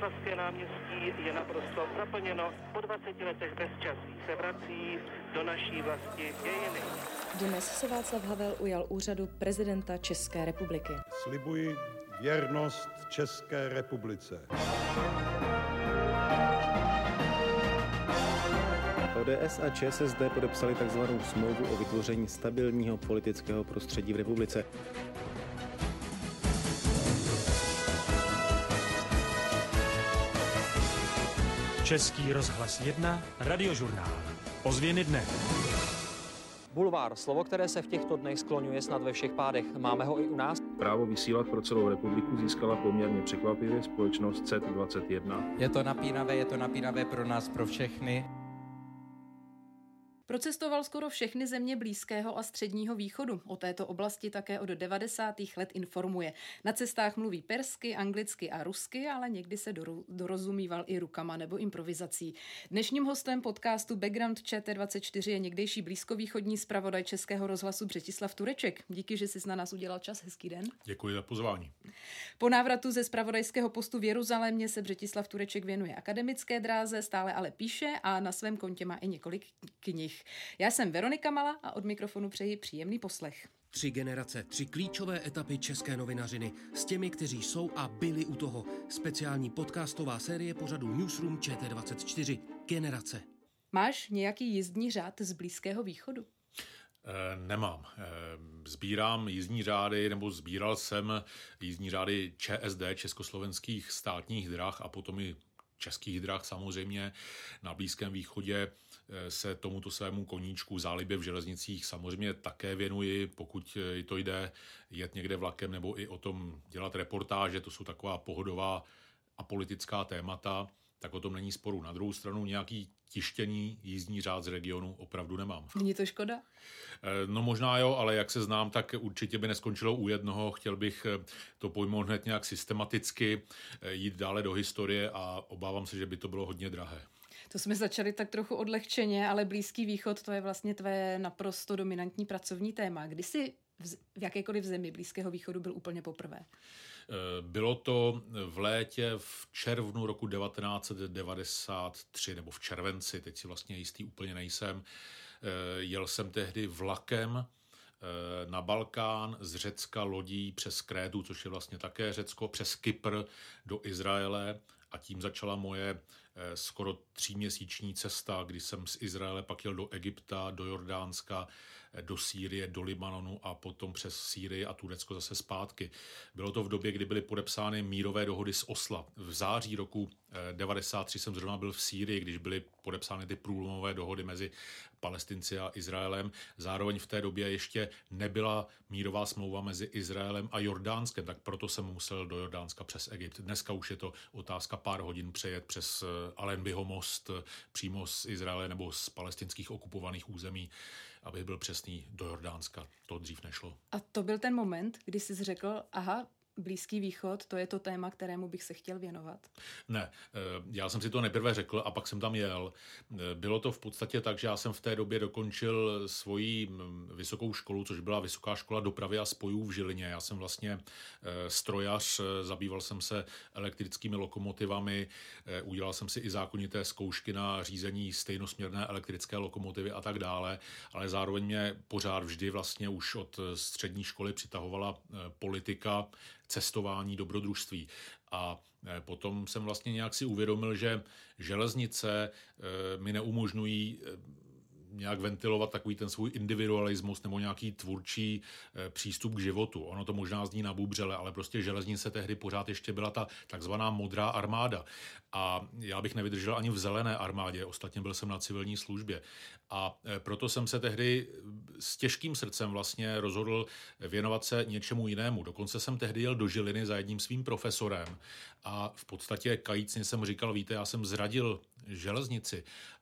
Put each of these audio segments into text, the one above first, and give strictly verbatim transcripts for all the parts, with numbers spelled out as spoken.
Václavské náměstí je naprosto zaplněno. Po dvaceti letech bezčasí se vrací do naší vlasti dějiny. Dnes se Václav Havel ujal úřadu prezidenta České republiky. Slibuji věrnost České republice. O D S a Č S S D podepsali tzv. Smlouvu o vytvoření stabilního politického prostředí v republice. Český rozhlas jedna, Radiožurnál. Ozvěny dne. Bulvár, slovo, které se v těchto dnech skloňuje snad ve všech pádech. Máme ho i u nás. Právo vysílat pro celou republiku získala poměrně překvapivě společnost C E T dvacet jedna. Je to napínavé, je to napínavé pro nás, pro všechny. Procestoval skoro všechny země Blízkého a Středního východu. O této oblasti také od devadesátých let informuje. Na cestách mluví persky, anglicky a rusky, ale někdy se dorozumíval i rukama nebo improvizací. Dnešním hostem podcastu Background Č T dvacet čtyři je někdejší blízkovýchodní zpravodaj Českého rozhlasu Břetislav Tureček. Díky, že jsi na nás udělal čas. Hezký den. Děkuji za pozvání. Po návratu ze zpravodajského postu v Jeruzalémě se Břetislav Tureček věnuje akademické dráze, stále ale píše a na svém kontě má i několik knih. Já jsem Veronika Mala a od mikrofonu přeji příjemný poslech. Tři generace, tři klíčové etapy české novinařiny s těmi, kteří jsou a byli u toho. Speciální podcastová série pořadu Newsroom Č T dvacet čtyři. Generace. Máš nějaký jízdní řád z Blízkého východu? E, nemám. E, sbírám jízdní řády, nebo sbíral jsem jízdní řády Č S D, československých státních drah a potom i českých drah samozřejmě. Na Blízkém východě se tomuto svému koníčku zálibě v železnicích samozřejmě také věnuji, pokud to jde jet někde vlakem nebo i o tom dělat reportáže, to jsou taková pohodová a politická témata, tak o tom není sporu. Na druhou stranu nějaký tištěný jízdní řád z regionu opravdu nemám. Není to škoda? No možná jo, ale jak se znám, tak určitě by neskončilo u jednoho. Chtěl bych to pojmout hned nějak systematicky, jít dále do historie a obávám se, že by to bylo hodně drahé. To jsme začali tak trochu odlehčeně, ale Blízký východ, to je vlastně tvé naprosto dominantní pracovní téma. Kdy jsi v jakékoliv zemi Blízkého východu byl úplně poprvé? Bylo to v létě v červnu roku devatenáct set devadesát tři, nebo v červenci, teď si vlastně jistý úplně nejsem. Jel jsem tehdy vlakem na Balkán z Řecka lodí přes Krétu, což je vlastně také Řecko, přes Kypr do Izraele a tím začala moje skoro tříměsíční cesta, kdy jsem z Izraele pak jel do Egypta, do Jordánska, do Sýrie, do Libanonu a potom přes Sýrii a Turecko zase zpátky. Bylo to v době, kdy byly podepsány mírové dohody z Osla. V září roku devadesát tři jsem zrovna byl v Sýrii, když byly podepsány ty průlomové dohody mezi Palestinci a Izraelem. Zároveň v té době ještě nebyla mírová smlouva mezi Izraelem a Jordánskem, tak proto jsem musel do Jordánska přes Egypt. Dneska už je to otázka pár hodin přejet přes Allenbyho most přímo z Izraele nebo z palestinských okupovaných území, abych byl přesný, do Jordánska. To dřív nešlo. A to byl ten moment, kdy jsi řekl, aha, Blízký východ, to je to téma, kterému bych se chtěl věnovat? Ne, já jsem si to nejprve řekl a pak jsem tam jel. Bylo to v podstatě tak, že já jsem v té době dokončil svoji vysokou školu, což byla Vysoká škola dopravy a spojů v Žilině. Já jsem vlastně strojař, zabýval jsem se elektrickými lokomotivami, udělal jsem si i zákonité zkoušky na řízení stejnosměrné elektrické lokomotivy a tak dále, ale zároveň mě pořád vždy vlastně už od střední školy přitahovala politika, cestování, dobrodružství. A potom jsem vlastně nějak si uvědomil, že železnice mi neumožňují nějak ventilovat takový ten svůj individualismus nebo nějaký tvůrčí přístup k životu. Ono to možná zní nabubřele, ale prostě železnice tehdy pořád ještě byla ta takzvaná modrá armáda. A já bych nevydržel ani v zelené armádě, ostatně byl jsem na civilní službě. A proto jsem se tehdy s těžkým srdcem vlastně rozhodl věnovat se něčemu jinému. Dokonce jsem tehdy jel do Žiliny za jedním svým profesorem a v podstatě kajícně jsem říkal, víte, já jsem zradil železnici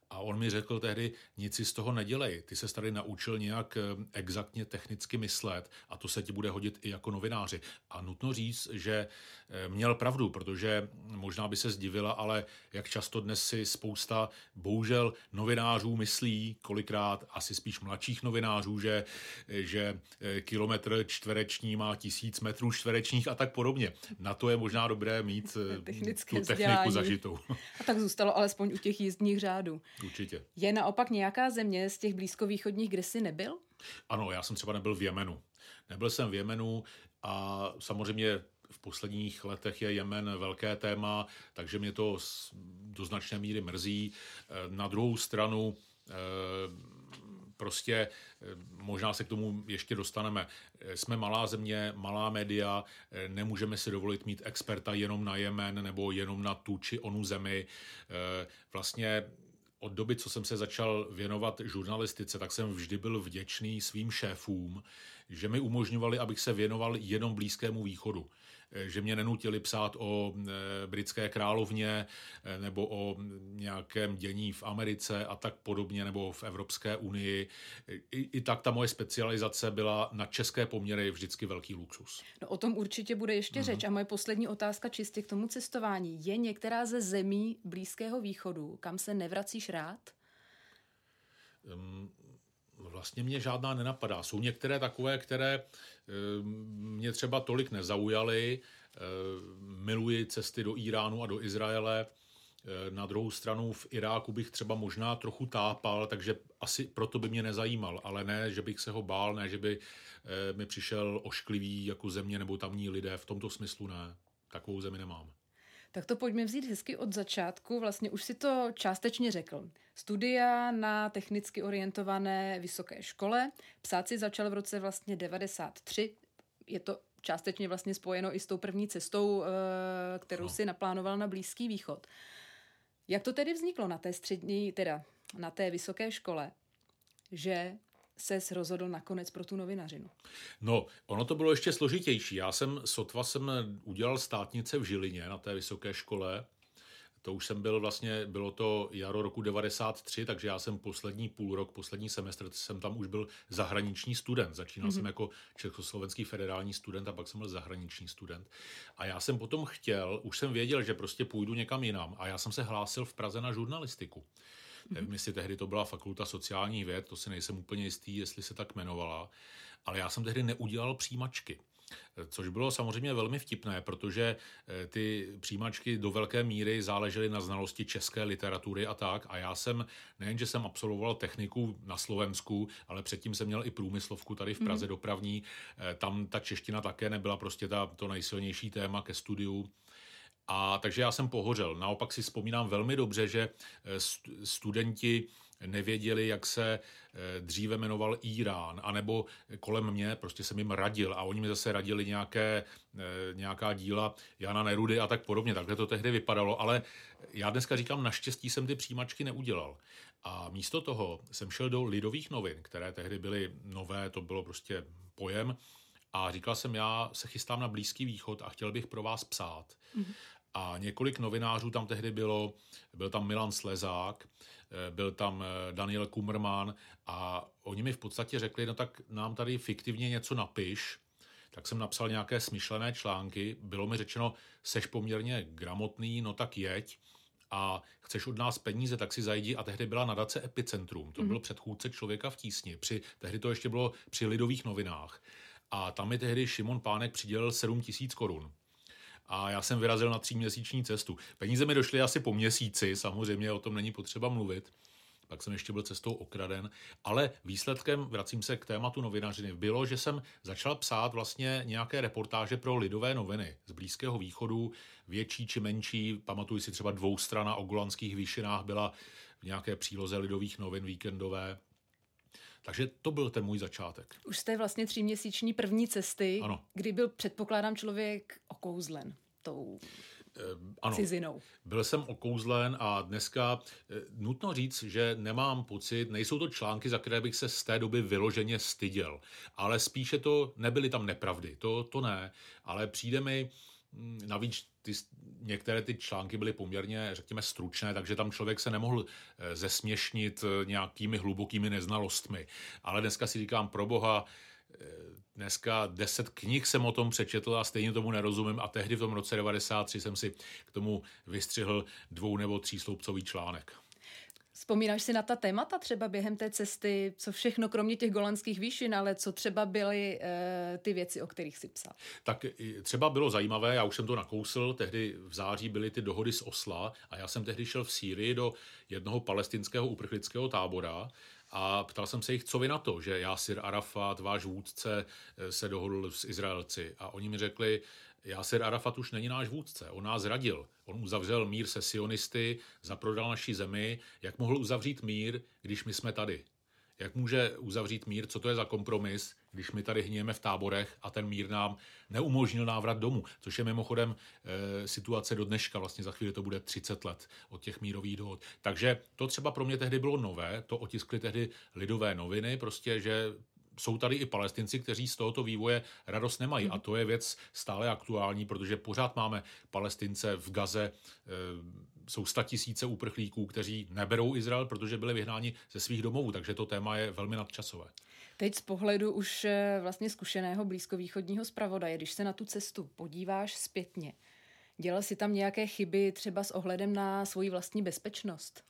A on mi řekl tehdy, nic si z toho nedělej, ty se tady naučil nějak exaktně technicky myslet a to se ti bude hodit i jako novináři. A nutno říct, že měl pravdu, protože možná by se zdivila, ale jak často dnes si spousta bohužel novinářů myslí, kolikrát asi spíš mladších novinářů, že, že kilometr čtvereční má tisíc metrů čtverečních a tak podobně. Na to je možná dobré mít technické tu techniku zažitou. A tak zůstalo alespoň u těch jízdních řádů. Určitě. Je naopak nějaká země z těch blízkovýchodních, kde jsi nebyl? Ano, já jsem třeba nebyl v Jemenu. Nebyl jsem v Jemenu a samozřejmě v posledních letech je Jemen velké téma, takže mě to do značné míry mrzí. Na druhou stranu prostě možná se k tomu ještě dostaneme. Jsme malá země, malá média, nemůžeme si dovolit mít experta jenom na Jemen nebo jenom na tu či onu zemi. Vlastně od doby, co jsem se začal věnovat žurnalistice, tak jsem vždy byl vděčný svým šéfům, že mi umožňovali, abych se věnoval jenom Blízkému východu. Že mě nenutili psát o britské královně nebo o nějakém dění v Americe a tak podobně, nebo v Evropské unii. I, i tak ta moje specializace byla na české poměry vždycky velký luxus. No, o tom určitě bude ještě mm-hmm. řeč. A moje poslední otázka čistě k tomu cestování. Je některá ze zemí Blízkého východu, kam se nevracíš rád? Um, Vlastně mě žádná nenapadá. Jsou některé takové, které mě třeba tolik nezaujaly. Miluji cesty do Iránu a do Izraele. Na druhou stranu v Iráku bych třeba možná trochu tápal, takže asi proto by mě nezajímal. Ale ne, že bych se ho bál, ne, že by mi přišel ošklivý jako země nebo tamní lidé. V tomto smyslu ne. Takovou zemi nemám. Tak to pojďme vzít hezky od začátku. Vlastně už si to částečně řekl. Studia na technicky orientované vysoké škole. Psát si začal v roce vlastně devadesát tři. Je to částečně vlastně spojeno i s tou první cestou, kterou no. si naplánoval na Blízký východ. Jak to tedy vzniklo na té střední, teda na té vysoké škole, že ses rozhodl nakonec pro tu novinařinu? No, ono to bylo ještě složitější. Já jsem, sotva jsem udělal státnice v Žilině na té vysoké škole. To už jsem byl vlastně, bylo to jaro roku devadesát tři, takže já jsem poslední půl rok, poslední semestr, jsem tam už byl zahraniční student. Začínal mm-hmm. jsem jako československý federální student a pak jsem byl zahraniční student. A já jsem potom chtěl, už jsem věděl, že prostě půjdu někam jinam a já jsem se hlásil v Praze na žurnalistiku. Mm-hmm. Nevím, jestli tehdy to byla fakulta sociálních věd, to si nejsem úplně jistý, jestli se tak jmenovala, ale já jsem tehdy neudělal přijímačky. Což bylo samozřejmě velmi vtipné, protože ty přijímačky do velké míry záležely na znalosti české literatury a tak. A já jsem, nejen, že jsem absolvoval techniku na Slovensku, ale předtím jsem měl i průmyslovku tady v Praze mm. dopravní. Tam ta čeština také nebyla prostě ta, to nejsilnější téma ke studiu. A takže já jsem pohořel. Naopak si vzpomínám velmi dobře, že studenti nevěděli, jak se dříve jmenoval Irán, anebo kolem mě, prostě jsem jim radil a oni mi zase radili nějaké, nějaká díla Jana Nerudy a tak podobně. Takhle to tehdy vypadalo, ale já dneska říkám, naštěstí jsem ty přijímačky neudělal. A místo toho jsem šel do Lidových novin, které tehdy byly nové, to bylo prostě pojem, a říkal jsem, já se chystám na Blízký východ a chtěl bych pro vás psát. Mm-hmm. A několik novinářů tam tehdy bylo, byl tam Milan Slezák, byl tam Daniel Kumrman a oni mi v podstatě řekli, no tak nám tady fiktivně něco napiš. Tak jsem napsal nějaké smyšlené články, bylo mi řečeno, seš poměrně gramotný, no tak jeď a chceš od nás peníze, tak si zajdi. A tehdy byla nadace Epicentrum, to mm-hmm. byl předchůdce Člověka v tísni, při, tehdy to ještě bylo při Lidových novinách. A tam mi tehdy Šimon Pánek přidělil sedm tisíc korun. A já jsem vyrazil na tříměsíční cestu. Peníze mi došly asi po měsíci, samozřejmě o tom není potřeba mluvit. Pak jsem ještě byl cestou okraden. Ale výsledkem, vracím se k tématu novinařiny, bylo, že jsem začal psát vlastně nějaké reportáže pro Lidové noviny z Blízkého východu, větší či menší. Pamatuju si třeba dvoustrana o Golanských výšinách byla v nějaké příloze Lidových novin víkendové. Takže to byl ten můj začátek. Už jste vlastně tříměsíční první cesty, ano. Kdy byl, předpokládám, člověk okouzlen tou ano, cizinou. Byl jsem okouzlen a dneska nutno říct, že nemám pocit, nejsou to články, za které bych se z té doby vyloženě styděl, ale spíše to nebyly tam nepravdy, to, to ne, ale přijde mi, navíc ty, některé ty články byly poměrně, řekněme, stručné, takže tam člověk se nemohl zesměšnit nějakými hlubokými neznalostmi. Ale dneska si říkám, pro boha, dneska deset knih jsem o tom přečetl a stejně tomu nerozumím a tehdy v tom roce devadesát tři jsem si k tomu vystřihl dvou nebo třísloupcový článek. Vzpomínáš si na ta témata třeba během té cesty, co všechno, kromě těch Golanských výšin, ale co třeba byly e, ty věci, o kterých si psal? Tak třeba bylo zajímavé, já už jsem to nakousl, tehdy v září byly ty dohody z Osla a já jsem tehdy šel v Sýrii do jednoho palestinského uprchlického tábora a ptal jsem se jich, co vy na to, že Jásir Arafat, váš vůdce, se dohodl s Izraelci. A oni mi řekli, Jásir Arafat už není náš vůdce, on nás zradil. On uzavřel mír se sionisty, zaprodal naší zemi. Jak mohl uzavřít mír, když my jsme tady? Jak může uzavřít mír, co to je za kompromis, když my tady hníjeme v táborech a ten mír nám neumožnil návrat domů, což je mimochodem e, situace do dneška, vlastně za chvíli to bude třicet let od těch mírových dohod. Takže to třeba pro mě tehdy bylo nové, to otiskly tehdy Lidové noviny, prostě, že jsou tady i Palestinci, kteří z tohoto vývoje radost nemají. Mm. A to je věc stále aktuální, protože pořád máme Palestince v Gaze, e, jsou statisíce uprchlíků, kteří neberou Izrael, protože byli vyhnáni ze svých domovů, takže to téma je velmi nadčasové. Teď z pohledu už vlastně zkušeného blízkovýchodního zpravodaje, když se na tu cestu podíváš zpětně, dělal si tam nějaké chyby třeba s ohledem na svoji vlastní bezpečnost?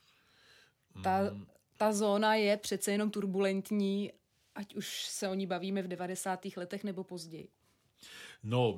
Ta, mm. ta zóna je přece jenom turbulentní, ať už se o ní bavíme v devadesátých letech nebo později. No,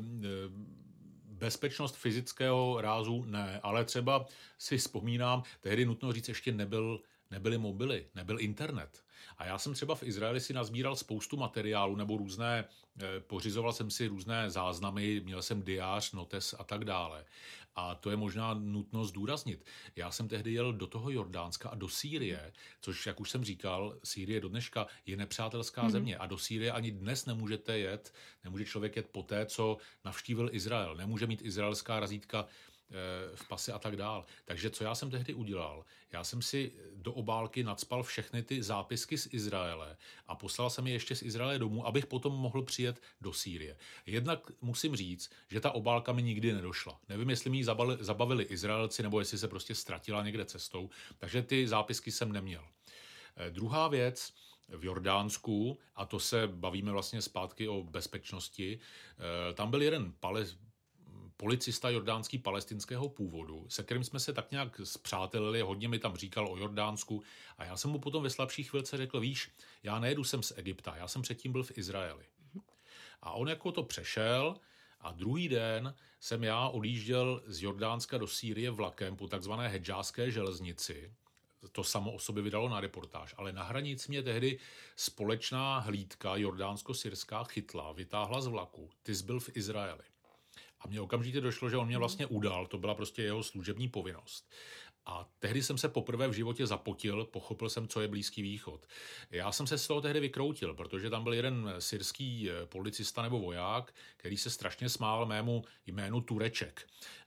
bezpečnost fyzického rázu ne, ale třeba si vzpomínám, tehdy nutno říct, ještě nebyl, nebyly mobily, nebyl internet. A já jsem třeba v Izraeli si nazbíral spoustu materiálů nebo různé, pořizoval jsem si různé záznamy, měl jsem diář, notes a tak dále. A to je možná nutno zdůraznit. Já jsem tehdy jel do toho Jordánska a do Sýrie, což, jak už jsem říkal, Sýrie do dneška je nepřátelská mm. země a do Sýrie ani dnes nemůžete jet, nemůže člověk jet poté, co navštívil Izrael. Nemůže mít izraelská razítka v pase a tak dál. Takže co já jsem tehdy udělal? Já jsem si do obálky nacpal všechny ty zápisky z Izraele a poslal jsem je ještě z Izraele domů, abych potom mohl přijet do Sýrie. Jednak musím říct, že ta obálka mi nikdy nedošla. Nevím, jestli mi ji zabavili Izraelci, nebo jestli se prostě ztratila někde cestou, takže ty zápisky jsem neměl. Druhá věc, v Jordánsku, a to se bavíme vlastně zpátky o bezpečnosti, tam byl jeden palestinský policista jordánský palestinského původu, se kterým jsme se tak nějak spřátelili, hodně mi tam říkal o Jordánsku a já jsem mu potom ve slabší chvilce řekl, víš, já nejedu sem z Egypta, já jsem předtím byl v Izraeli. A on jako to přešel a druhý den jsem já odjížděl z Jordánska do Sýrie vlakem po takzvané hedžáské železnici. To samo o sobě vydalo na reportáž, ale na hranici mě tehdy společná hlídka jordánsko-syrská chytla, vytáhla z vlaku, ty jsi byl v Izraeli. A mně okamžitě došlo, že on mě vlastně udal, to byla prostě jeho služební povinnost. A tehdy jsem se poprvé v životě zapotil, pochopil jsem, co je Blízký východ. Já jsem se z toho tehdy vykroutil, protože tam byl jeden syrský policista nebo voják, který se strašně smál mému jménu Tureček.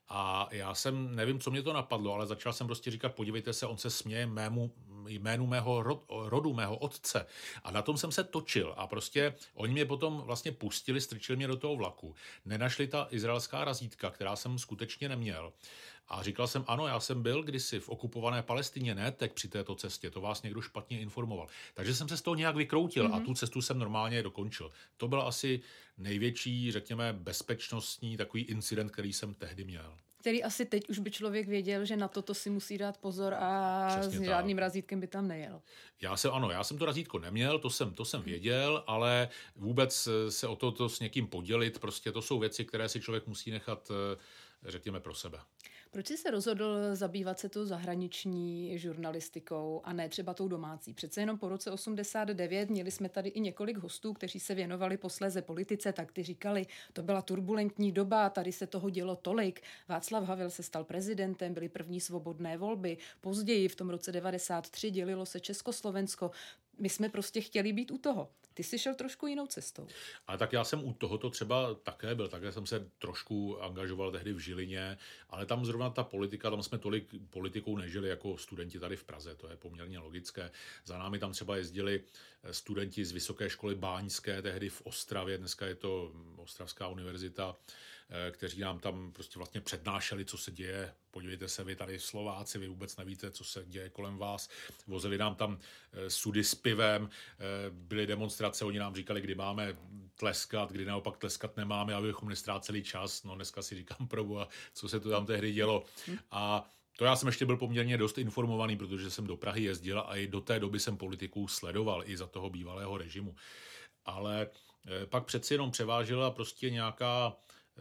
A já jsem, nevím, co mě to napadlo, ale začal jsem prostě říkat, podívejte se, on se směje mému jménu mého rodu, mého otce. A na tom jsem se točil a prostě oni mě potom vlastně pustili, strčili mě do toho vlaku. Nenašli ta izraelská razítka, která jsem skutečně neměl. A říkal jsem, ano, já jsem byl kdysi v okupované Palestině, ne teď při této cestě, to vás někdo špatně informoval. Takže jsem se z toho nějak vykroutil mm-hmm. a tu cestu jsem normálně dokončil. To byl asi největší, řekněme, bezpečnostní takový incident, který jsem tehdy měl. Který asi teď už by člověk věděl, že na toto si musí dát pozor a přesně s žádným tak. razítkem by tam nejel. Já jsem, ano, já jsem to razítko neměl, to jsem, to jsem věděl, ale vůbec se o to, to s někým podělit, prostě to jsou věci, které si člověk musí nechat, řekněme, pro sebe. Proč jsi se rozhodl zabývat se tou zahraniční žurnalistikou a ne třeba tou domácí? Přece jenom po roce osmdesát devět měli jsme tady i několik hostů, kteří se věnovali posléze politice, tak ty říkali, to byla turbulentní doba, tady se toho dělo tolik. Václav Havel se stal prezidentem, byly první svobodné volby, později v tom roce devadesát tři dělilo se Československo. My jsme prostě chtěli být u toho. Ty jsi šel trošku jinou cestou. Ale tak já jsem u tohoto třeba také byl, také jsem se trošku angažoval tehdy v Žilině, ale tam zrovna ta politika, tam jsme tolik politikou nežili jako studenti tady v Praze, to je poměrně logické. Za námi tam třeba jezdili studenti z Vysoké školy báňské, tehdy v Ostravě, dneska je to Ostravská univerzita, kteří nám tam prostě vlastně přednášeli, co se děje. Podívejte se, vy tady Slováci, vy vůbec nevíte, co se děje kolem vás. Vozili nám tam sudy s pivem, byly demonstrace, oni nám říkali, kdy máme tleskat, kdy naopak tleskat nemáme, abychom nestráceli čas. No dneska si říkám, proboha, co se to tam tehdy dělo. A to já jsem ještě byl poměrně dost informovaný, protože jsem do Prahy jezdil a i do té doby jsem politiku sledoval i za toho bývalého režimu. Ale pak přeci jenom převážila prostě nějaká eh,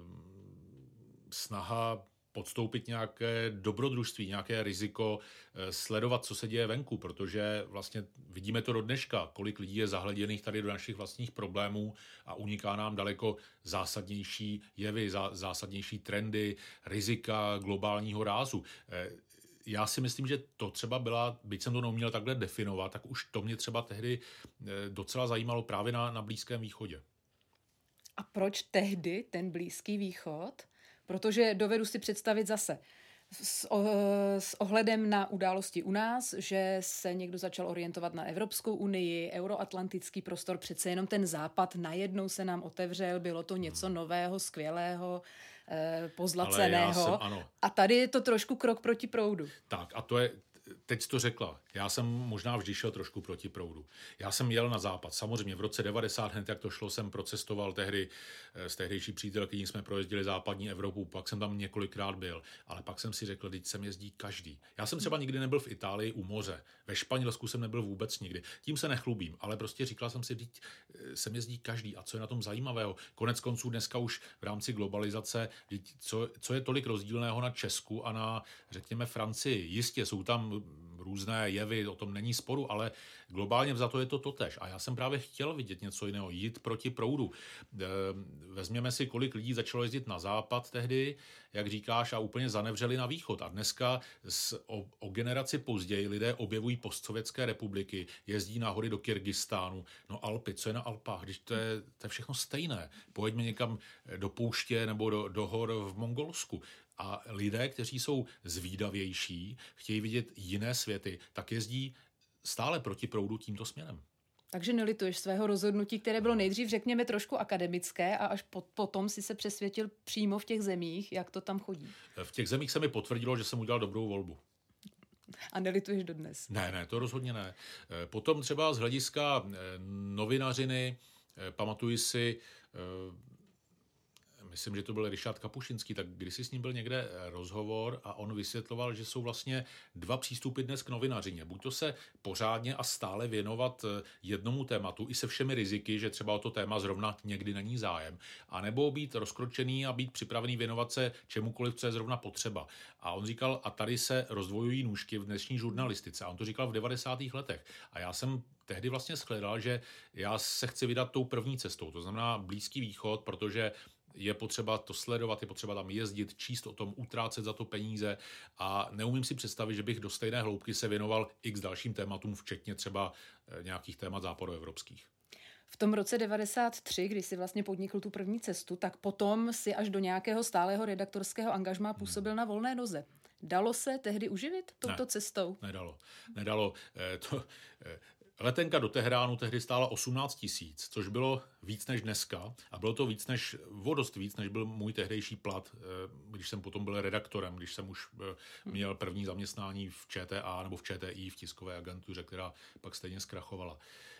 snaha podstoupit nějaké dobrodružství, nějaké riziko, sledovat, co se děje venku, protože vlastně vidíme to do dneška, kolik lidí je zahleděných tady do našich vlastních problémů a uniká nám daleko zásadnější jevy, zásadnější trendy, rizika globálního rázu. Já si myslím, že to třeba byla, byť jsem to neuměl takhle definovat, tak už to mě třeba tehdy docela zajímalo právě na, na Blízkém východě. A proč tehdy ten Blízký východ? Protože dovedu si představit zase s, o, s ohledem na události u nás, že se někdo začal orientovat na Evropskou unii, euroatlantický prostor, přece jenom ten západ najednou se nám otevřel, bylo to něco nového, skvělého, eh, pozlaceného. Jsem, ano. A tady je to trošku krok proti proudu. Tak a to je... Teď jsi to řekla. Já jsem možná vždy šel trošku proti proudu. Já jsem jel na západ. Samozřejmě v roce devadesát, hned jak to šlo, jsem procestoval tehdy s tehdejší přítelkyní, jsme projezdili západní Evropu, pak jsem tam několikrát byl. Ale pak jsem si řekl, teď sem jezdí každý. Já jsem třeba nikdy nebyl v Itálii u moře. Ve Španělsku jsem nebyl vůbec nikdy. Tím se nechlubím, ale prostě říkal jsem si, teď sem jezdí každý. A co je na tom zajímavého? Konec konců dneska už v rámci globalizace, co, co je tolik rozdílného na Česku a na, řekněme, Francii. Jistě jsou tam různé jevy, o tom není sporu, ale globálně vzato je to totéž. A já jsem právě chtěl vidět něco jiného, jít proti proudu. Vezměme si, kolik lidí začalo jezdit na západ tehdy, jak říkáš, a úplně zanevřeli na východ. A dneska s, o, o generaci později lidé objevují postsovětské republiky, jezdí na hory do Kyrgyzstánu. No Alpy, co je na Alpách, když to je, to je všechno stejné. Pojďme někam do pouště nebo do, do hor v Mongolsku. A lidé, kteří jsou zvídavější, chtějí vidět jiné světy, tak jezdí stále proti proudu tímto směrem. Takže nelituješ svého rozhodnutí, které bylo nejdřív, řekněme, trošku akademické a až po, potom si se přesvědčil přímo v těch zemích, jak to tam chodí. V těch zemích se mi potvrdilo, že jsem udělal dobrou volbu. A nelituješ dodnes? Ne, ne, to rozhodně ne. Potom třeba z hlediska novinařiny, pamatuji si, myslím, že to byl Richard Kapušinský, tak když si s ním byl někde rozhovor a on vysvětloval, že jsou vlastně dva přístupy dnes k novinařině. Buď to se pořádně a stále věnovat jednomu tématu i se všemi riziky, že třeba o to téma zrovna někdy není zájem, anebo být rozkročený a být připravený věnovat se čemukoliv, co je zrovna potřeba. A on říkal, a tady se rozdvojují nůžky v dnešní žurnalistice. A on to říkal v devadesátých letech. A já jsem tehdy vlastně shledal, že já se chci vydat tou první cestou, to znamená Blízký východ, protože je potřeba to sledovat, je potřeba tam jezdit, číst o tom, utrácet za to peníze a neumím si představit, že bych do stejné hloubky se věnoval x dalším tématům, včetně třeba nějakých témat západoevropských. V tom roce devadesát tři, kdy jsi vlastně podnikl tu první cestu, tak potom si až do nějakého stálého redaktorského angažmá působil hmm. na volné noze. Dalo se tehdy uživit touto ne, cestou? Nedalo. Nedalo. Eh, to, eh, letenka do Teheránu tehdy stála osmnáct tisíc, což bylo víc než dneska a bylo to víc než, o dost víc, než byl můj tehdejší plat, když jsem potom byl redaktorem, když jsem už měl první zaměstnání v Č T A nebo v Č T I, v tiskové agentuře, která pak stejně zkrachovala.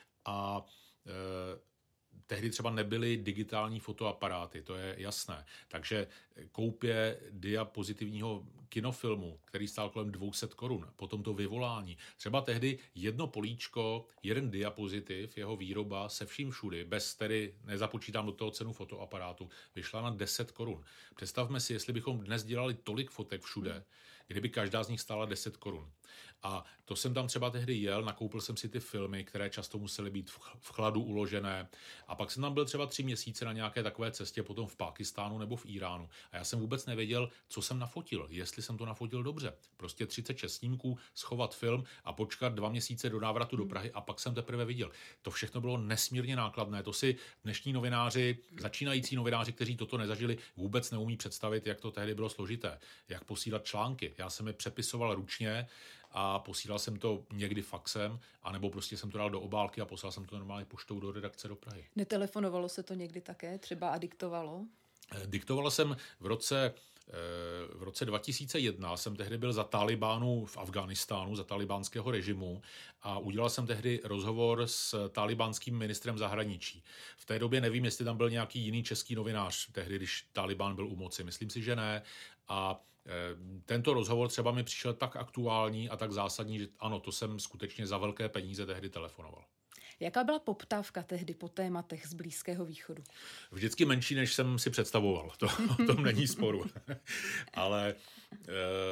A e, tehdy třeba nebyly digitální fotoaparáty, to je jasné. Takže koupě diapozitivního kinofilmu, který stál kolem dvě stě korun, potom to vyvolání. Třeba tehdy jedno políčko, jeden diapozitiv, jeho výroba se vším všudy, bez tedy, nezapočítám do toho cenu fotoaparátu, vyšla na deset korun. Představme si, jestli bychom dnes dělali tolik fotek všude, kdyby každá z nich stála deset korun. A to jsem tam třeba tehdy jel, nakoupil jsem si ty filmy, které často musely být v chladu uložené. A pak jsem tam byl třeba tři měsíce na nějaké takové cestě, potom v Pákistánu nebo v Iránu. A já jsem vůbec nevěděl, co jsem nafotil, jestli jsem to nafotil dobře. Prostě třicet šest snímků, schovat film a počkat dva měsíce do návratu do Prahy a pak jsem teprve viděl. To všechno bylo nesmírně nákladné. To si dnešní novináři, začínající novináři, kteří toto nezažili, vůbec neumí představit, jak to tehdy bylo složité. Jak posílat články. Já jsem je přepisoval ručně a posílal jsem to někdy faxem, anebo prostě jsem to dal do obálky a poslal jsem to normálně poštou do redakce do Prahy. Netelefonovalo se to někdy také? Třeba a diktovalo? Diktoval jsem v roce V roce dva tisíce jedna jsem tehdy byl za Talibánu v Afghánistánu, za talibánského režimu a udělal jsem tehdy rozhovor s talibánským ministrem zahraničí. V té době nevím, jestli tam byl nějaký jiný český novinář, tehdy, když Talibán byl u moci. Myslím si, že ne. A tento rozhovor třeba mi přišel tak aktuální a tak zásadní, že ano, to jsem skutečně za velké peníze tehdy telefonoval. Jaká byla poptávka tehdy po tématech z Blízkého východu? Vždycky menší, než jsem si představoval. To, o tom není sporu. Ale e,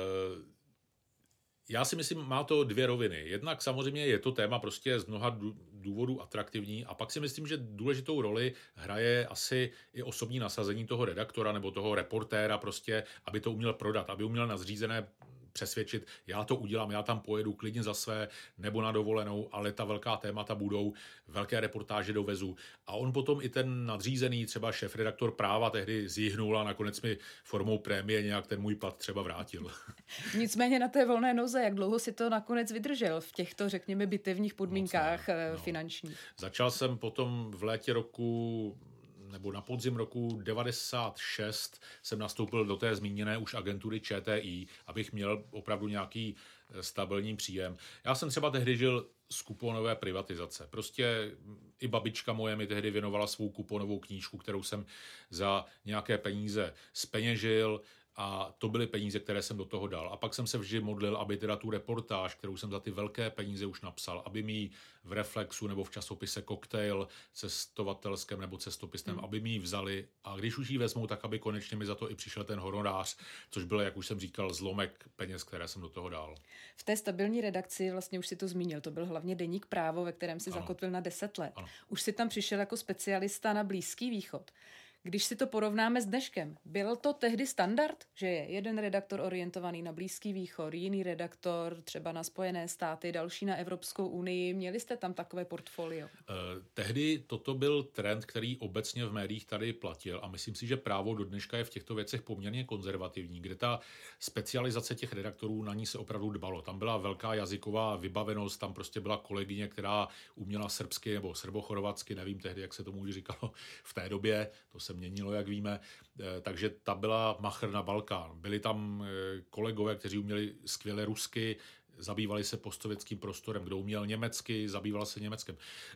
já si myslím, má to dvě roviny. Jednak samozřejmě je to téma prostě z mnoha důvodů atraktivní a pak si myslím, že důležitou roli hraje asi i osobní nasazení toho redaktora nebo toho reportéra prostě, aby to uměl prodat, aby uměl nadřízené přesvědčit, já to udělám, já tam pojedu klidně za své nebo na dovolenou, ale ta velká témata budou, velké reportáže dovezu. A on potom i ten nadřízený, třeba šéfredaktor Práva tehdy zjihnul a nakonec mi formou prémie nějak ten můj plat třeba vrátil. Nicméně na té volné noze, jak dlouho si to nakonec vydržel v těchto, řekněme, bitevních podmínkách no. finančních? Začal jsem potom v létě roku nebo na podzim roku devadesát šest jsem nastoupil do té zmíněné už agentury ČTI, abych měl opravdu nějaký stabilní příjem. Já jsem třeba tehdy žil z kuponové privatizace. Prostě i babička moje mi tehdy věnovala svou kuponovou knížku, kterou jsem za nějaké peníze zpeněžil, a to byly peníze, které jsem do toho dal. A pak jsem se vždy modlil, aby teda tu reportáž, kterou jsem za ty velké peníze už napsal, aby mi v Reflexu nebo v časopise Koktejl cestovatelském nebo cestopisném, hmm. aby mi ji vzali. A když už ji vezmou, tak aby konečně mi za to i přišel ten honorář, což byl, jak už jsem říkal, zlomek peněz, které jsem do toho dal. V té stabilní redakci, vlastně už si to zmínil, to byl hlavně deník Právo, ve kterém si ano. zakotvil na deset let. Ano. Už si tam přišel jako specialista na Blízký východ. Když si to porovnáme s dneškem, byl to tehdy standard, že je jeden redaktor orientovaný na Blízký východ, jiný redaktor třeba na Spojené státy, další na Evropskou unii. Měli jste tam takové portfolio? Eh, tehdy toto byl trend, který obecně v médiích tady platil a myslím si, že Právo do dneška je v těchto věcech poměrně konzervativní, kde ta specializace těch redaktorů, na ní se opravdu dbalo. Tam byla velká jazyková vybavenost, tam prostě byla kolegyně, která uměla srbsky nebo srbochorvatsky, nevím tehdy, jak se tomu říkalo v té době, to se měnilo, jak víme, takže ta byla machr na Balkán. Byli tam kolegové, kteří uměli skvěle rusky, zabývali se postsovětským prostorem, kdo uměl německy, zabýval se Německem.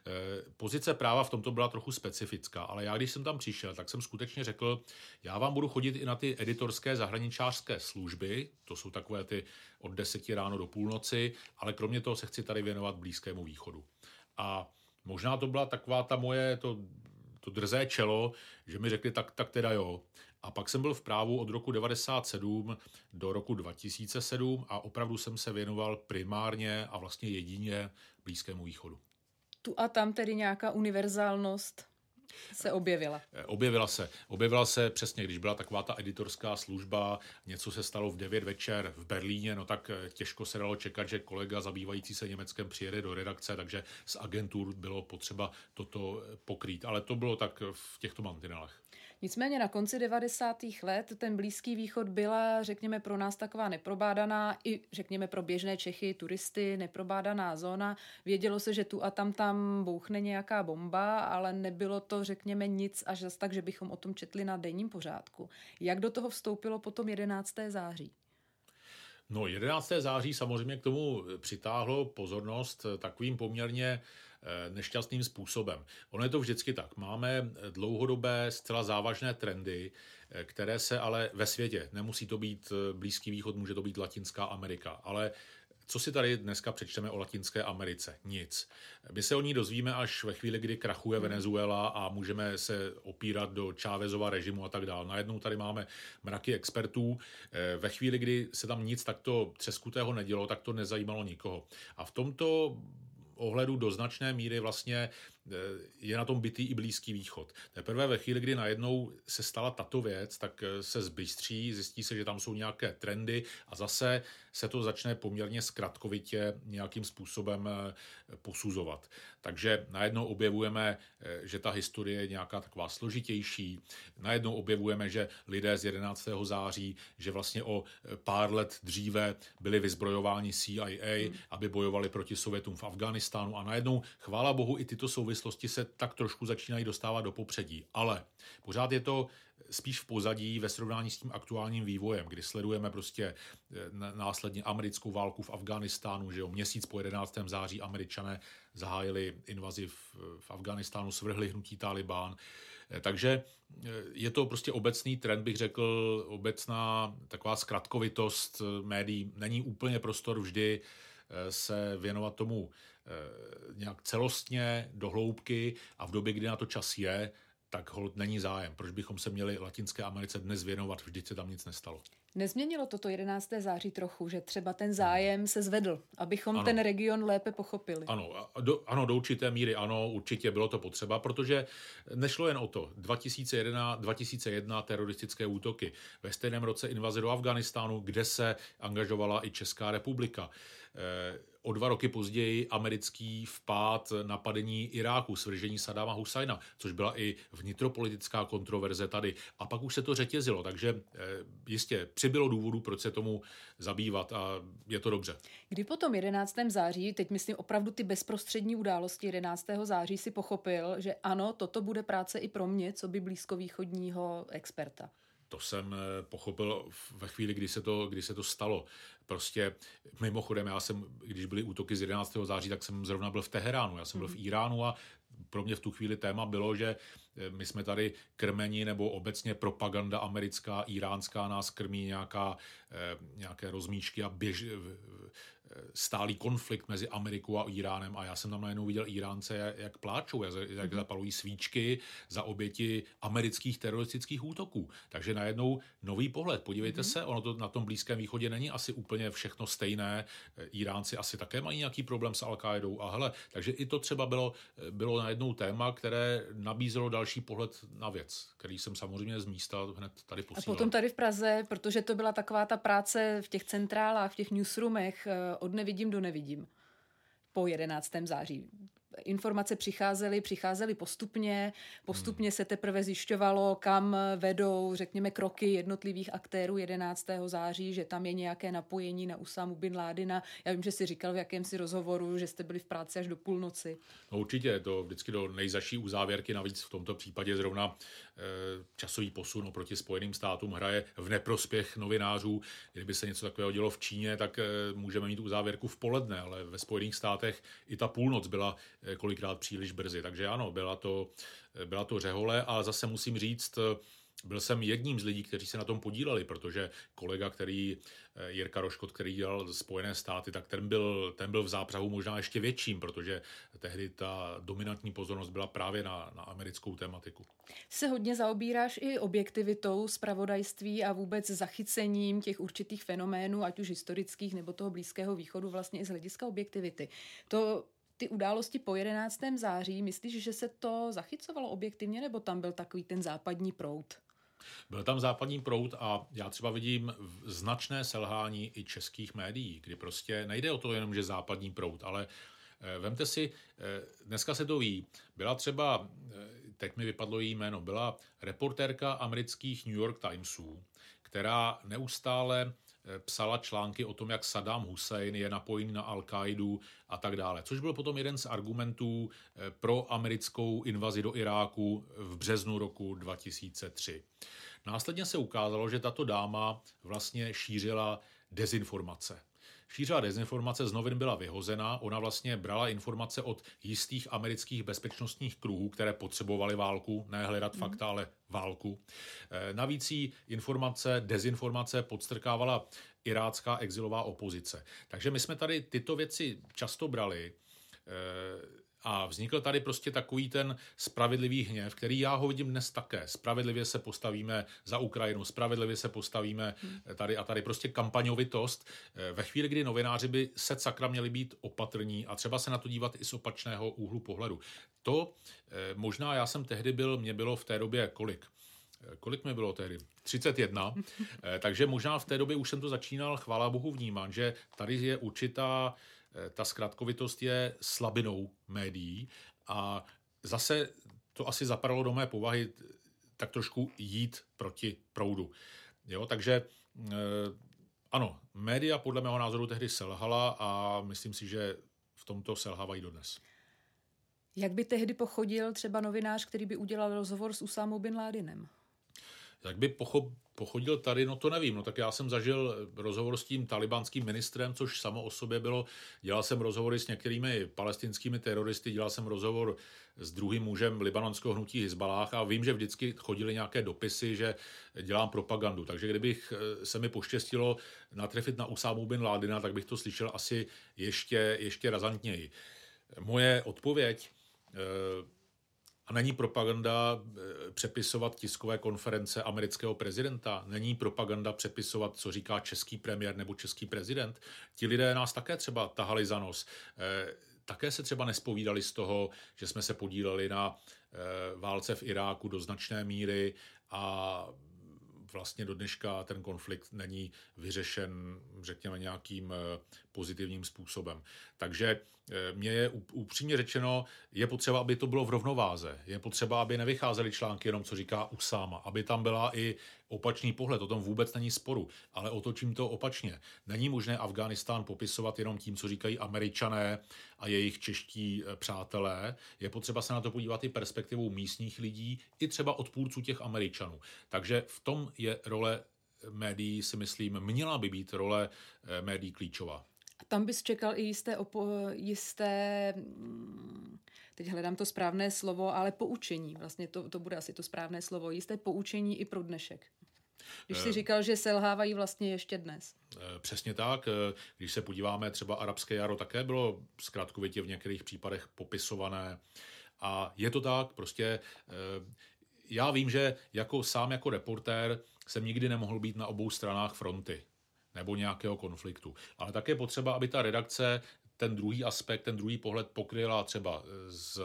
Pozice Práva v tomto byla trochu specifická, ale já, když jsem tam přišel, tak jsem skutečně řekl, já vám budu chodit i na ty editorské zahraničářské služby, to jsou takové ty od deseti ráno do půlnoci, ale kromě toho se chci tady věnovat Blízkému východu. A možná to byla taková ta moje, to to drzé čelo, že mi řekli, tak, tak teda jo. A pak jsem byl v Právu od roku devadesát sedm do roku dva tisíce sedm a opravdu jsem se věnoval primárně a vlastně jedině Blízkému východu. Tu a tam tedy nějaká univerzálnost se objevila. Objevila se. Objevila se přesně, když byla taková ta editorská služba, něco se stalo v devět večer v Berlíně, no tak těžko se dalo čekat, že kolega zabývající se Německem přijede do redakce, takže z agentur bylo potřeba toto pokrýt. Ale to bylo tak v těchto mantinelech. Nicméně na konci devadesátých let ten Blízký východ byla, řekněme, pro nás taková neprobádaná, i řekněme pro běžné Čechy, turisty, neprobádaná zóna. Vědělo se, že tu a tam tam bouchne nějaká bomba, ale nebylo to, řekněme, nic až zas tak, že bychom o tom četli na denním pořádku. Jak do toho vstoupilo potom jedenáctého září? No, jedenáctého září samozřejmě k tomu přitáhlo pozornost takovým poměrně nešťastným způsobem. Ono je to vždycky tak. Máme dlouhodobé, zcela závažné trendy, které se ale ve světě, nemusí to být Blízký východ, může to být Latinská Amerika, ale co si tady dneska přečteme o Latinské Americe? Nic. My se o ní dozvíme až ve chvíli, kdy krachuje Venezuela a můžeme se opírat do Chávezova režimu a tak dále. Najednou tady máme mraky expertů. Ve chvíli, kdy se tam nic takto třeskutého nedělo, tak to nezajímalo nikoho. A v tomto ohledu do značné míry vlastně je na tom bitý i Blízký východ. Teprve ve chvíli, kdy najednou se stala tato věc, tak se zbystří, zjistí se, že tam jsou nějaké trendy a zase se to začne poměrně zkratkovitě nějakým způsobem posuzovat. Takže najednou objevujeme, že ta historie je nějaká taková složitější. Najednou objevujeme, že lidé z jedenáctého září, že vlastně o pár let dříve byli vyzbrojováni C I A, hmm. aby bojovali proti Sovětům v Afghánistánu a najednou, chvála bohu, i tyto souvislosti souvislosti se tak trošku začínají dostávat do popředí. Ale pořád je to spíš v pozadí ve srovnání s tím aktuálním vývojem, kdy sledujeme prostě následně americkou válku v Afghánistánu, že jo, měsíc po jedenáctého září Američané zahájili invazi v, v Afghánistánu, svrhli hnutí Tálibán. Takže je to prostě obecný trend, bych řekl, obecná taková zkratkovitost médií. Není úplně prostor vždy se věnovat tomu nějak celostně, do hloubky a v době, kdy na to čas je, tak holt není zájem. Proč bychom se měli Latinské Americe dnes věnovat? Vždyť se tam nic nestalo. Nezměnilo toto jedenáctého září trochu, že třeba ten zájem se zvedl, abychom ano. ten region lépe pochopili? Ano, do, ano, do určité míry ano, určitě bylo to potřeba, protože nešlo jen o to. dva tisíce jedna, dva tisíce jedna teroristické útoky, ve stejném roce invaze do Afghánistánu, kde se angažovala i Česká republika. O dva roky později americký vpád napadení Iráku, svržení Saddáma Husajna, což byla i vnitropolitická kontroverze tady. A pak už se to řetězilo, takže jistě přibylo důvodů, proč se tomu zabývat a je to dobře. Kdy po tom jedenáctého září, teď myslím opravdu ty bezprostřední události jedenáctého září, si pochopil, že ano, toto bude práce i pro mě, co by blízkovýchodního experta? To jsem pochopil ve chvíli, kdy se to, kdy se to stalo. Prostě mimochodem, já jsem, když byly útoky z jedenáctého září, tak jsem zrovna byl v Teheránu, já jsem byl v Iránu a pro mě v tu chvíli téma bylo, že my jsme tady krmeni nebo obecně propaganda americká, iránská nás krmí nějaká, nějaké rozmíšky a běž, stálý konflikt mezi Amerikou a Iránem a já jsem tam najednou viděl Iránce, jak pláčou, jak zapalují svíčky za oběti amerických teroristických útoků. Takže najednou nový pohled. Podívejte mm-hmm. se, ono to na tom Blízkém východě není asi úplně všechno stejné. Iránci asi také mají nějaký problém s Al-Qaidou a hele, takže i to třeba bylo, bylo najednou téma, které nabízelo další pohled na věc, který jsem samozřejmě z místa hned tady posílal. A potom tady v Praze, protože to byla taková ta práce v těch centrálách, v těch newsroomech, od nevidím do nevidím po jedenáctého září. Informace přicházely, přicházely postupně, postupně se teprve zjišťovalo, kam vedou, řekněme, kroky jednotlivých aktérů jedenáctého září, že tam je nějaké napojení na Usámu bin Ládina. Já vím, že jsi říkal v jakémsi rozhovoru, že jste byli v práci až do půlnoci. No určitě, to vždycky do nejzaší uzávěrky, navíc v tomto případě zrovna e, časový posun oproti Spojeným státům hraje v neprospěch novinářů. Kdyby se něco takového dělo v Číně, tak e, můžeme mít uzávěrku v poledne, ale ve Spojených státech i ta půlnoc byla kolikrát příliš brzy. Takže ano, byla to, byla to řehole a zase musím říct, byl jsem jedním z lidí, kteří se na tom podíleli, protože kolega, který, Jirka Roškot, který dělal Spojené státy, tak ten byl, ten byl v zápřahu možná ještě větším, protože tehdy ta dominantní pozornost byla právě na, na americkou tematiku. Se hodně zaobíráš i objektivitou zpravodajství a vůbec zachycením těch určitých fenoménů, ať už historických nebo toho Blízkého východu, vlastně i z hlediska objektivity. To Ty události po jedenáctého září, myslíš, že se to zachycovalo objektivně, nebo tam byl takový ten západní proud? Byl tam západní proud a já třeba vidím značné selhání i českých médií, kdy prostě nejde o to jenom, že západní proud, ale vemte si, dneska se to ví, byla třeba, teď mi vypadlo její jméno, byla reportérka amerických New York Timesů, která neustále psala články o tom, jak Saddam Hussein je napojený na Al-Qaidu a tak dále. Což byl potom jeden z argumentů pro americkou invazi do Iráku v březnu roku dva tisíce tři. Následně se ukázalo, že tato dáma vlastně šířila dezinformace. Šířila dezinformace, z novin byla vyhozena, ona vlastně brala informace od jistých amerických bezpečnostních kruhů, které potřebovaly válku, ne hledat mm. fakta, ale válku. Navíc jí informace, dezinformace podstrkávala irácká exilová opozice. Takže my jsme tady tyto věci často brali a vznikl tady prostě takový ten spravedlivý hněv, který já ho vidím dnes také. Spravedlivě se postavíme za Ukrajinu, spravedlivě se postavíme tady a tady. Prostě kampaňovitost. Ve chvíli, kdy novináři by se sakra měli být opatrní a třeba se na to dívat i z opačného úhlu pohledu. To možná já jsem tehdy byl, mě bylo v té době kolik? Kolik mi bylo tehdy? třicet jedna. Takže možná v té době už jsem to začínal, chvála Bohu, vnímat, že tady je určitá ta zkratkovitost je slabinou médií a zase to asi zapadalo do mé povahy tak trošku jít proti proudu. Jo, takže ano, média podle mého názoru tehdy selhala a myslím si, že v tomto selhávají dodnes. Jak by tehdy pochodil třeba novinář, který by udělal rozhovor s Usámou bin Ládinem? Jak by pochop, pochodil tady, no to nevím. No tak já jsem zažil rozhovor s tím talibánským ministrem, což samo o sobě bylo. Dělal jsem rozhovory s některými palestinskými teroristy, dělal jsem rozhovor s druhým mužem libanonského hnutí Hizbalách a vím, že vždycky chodily nějaké dopisy, že dělám propagandu. Takže kdybych se mi poštěstilo natrefit na Usámu bin Ládina, tak bych to slyšel asi ještě, ještě razantněji. Moje odpověď, a není propaganda přepisovat tiskové konference amerického prezidenta, není propaganda přepisovat, co říká český premiér nebo český prezident. Ti lidé nás také třeba tahali za nos. Také se třeba nespovídali z toho, že jsme se podíleli na válce v Iráku do značné míry a vlastně do dneška ten konflikt není vyřešen, řekněme, nějakým pozitivním způsobem. Takže mě je upřímně řečeno, je potřeba, aby to bylo v rovnováze. Je potřeba, aby nevycházely články jenom, co říká Usáma, aby tam byla i opačný pohled. O tom vůbec není sporu, ale otočím to opačně. Není možné Afghánistán popisovat jenom tím, co říkají Američané a jejich čeští přátelé. Je potřeba se na to podívat i perspektivou místních lidí, i třeba odpůrců těch Američanů. Takže v tom je role médií, si myslím, měla by být role médií klíčová. A tam bys čekal i jisté, opo- jisté, teď hledám to správné slovo, ale poučení, vlastně to, to bude asi to správné slovo, jisté poučení i pro dnešek. Když jsi říkal, že selhávají vlastně ještě dnes. Přesně tak. Když se podíváme, třeba arabské jaro také bylo zkrátkovitě v některých případech popisované. A je to tak, prostě já vím, že jako sám jako reportér jsem nikdy nemohl být na obou stranách fronty nebo nějakého konfliktu. Ale také je potřeba, aby ta redakce ten druhý aspekt, ten druhý pohled pokryla třeba z,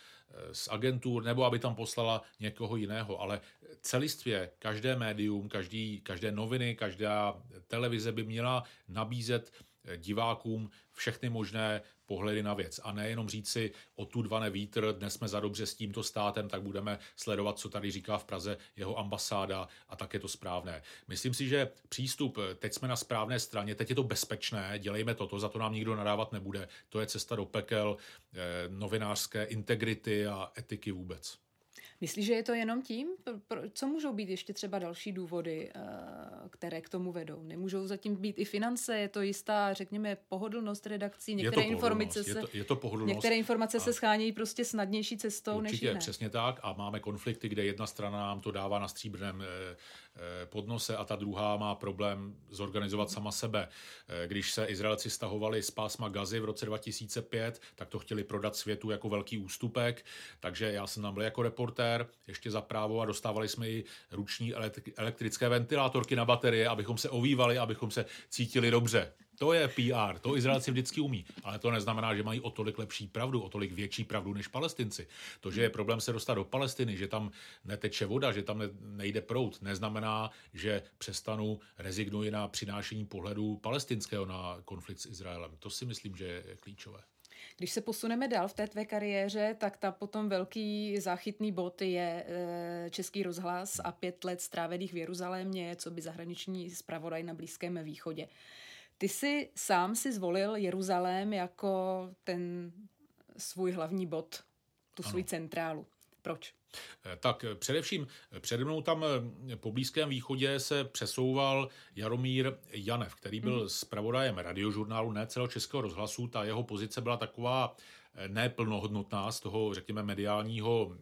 z agentur, nebo aby tam poslala někoho jiného. Ale celistvě každé médium, každý, každé noviny, každá televize by měla nabízet divákům všechny možné pohledy na věc. A nejenom říci, odtud vane vítr, dnes jsme za dobře s tímto státem, tak budeme sledovat, co tady říká v Praze jeho ambasáda a tak je to správné. Myslím si, že přístup, teď jsme na správné straně, teď je to bezpečné, dělejme toto, za to nám nikdo nadávat nebude. To je cesta do pekel eh, novinářské integrity a etiky vůbec. Myslíš, že je to jenom tím? Co můžou být ještě třeba další důvody, které k tomu vedou? Nemůžou zatím být i finance? Je to jistá, řekněme, pohodlnost redakcí? Některé informace se, je to, je to pohodlnost. Některé informace se schánějí prostě snadnější cestou určitě, než jiné. Přesně tak. A máme konflikty, kde jedna strana nám to dává na stříbrném podnose a ta druhá má problém zorganizovat sama sebe. Když se Izraelci stahovali z pásma Gazy v roce dva tisíce pět, tak to chtěli prodat světu jako velký ústupek, takže já jsem tam byl jako reportér, ještě za právo a dostávali jsme i ruční elektrické ventilátorky na baterie, abychom se ovívali, abychom se cítili dobře. To je P R, to Izraelci vždycky umí, ale to neznamená, že mají o tolik lepší pravdu, o tolik větší pravdu než Palestinci. To, že je problém se dostat do Palestiny, že tam neteče voda, že tam nejde proud, neznamená, že přestanu, rezignuji na přinášení pohledu palestinského na konflikt s Izraelem. To si myslím, že je klíčové. Když se posuneme dál v té tvé kariéře, tak ta potom velký záchytný bod je Český rozhlas a pět let strávených v Jeruzalémě, co by zahraniční zpravodaj na Blízkém východě. Ty jsi sám si zvolil Jeruzalém jako ten svůj hlavní bod, tu svou centrálu. Proč? Tak především přede mnou tam po Blízkém východě se přesouval Jaromír Janev, který byl zpravodajem radiožurnálu, ne celého Českého rozhlasu. Ta jeho pozice byla taková neplnohodnotná z toho, řekněme, mediálního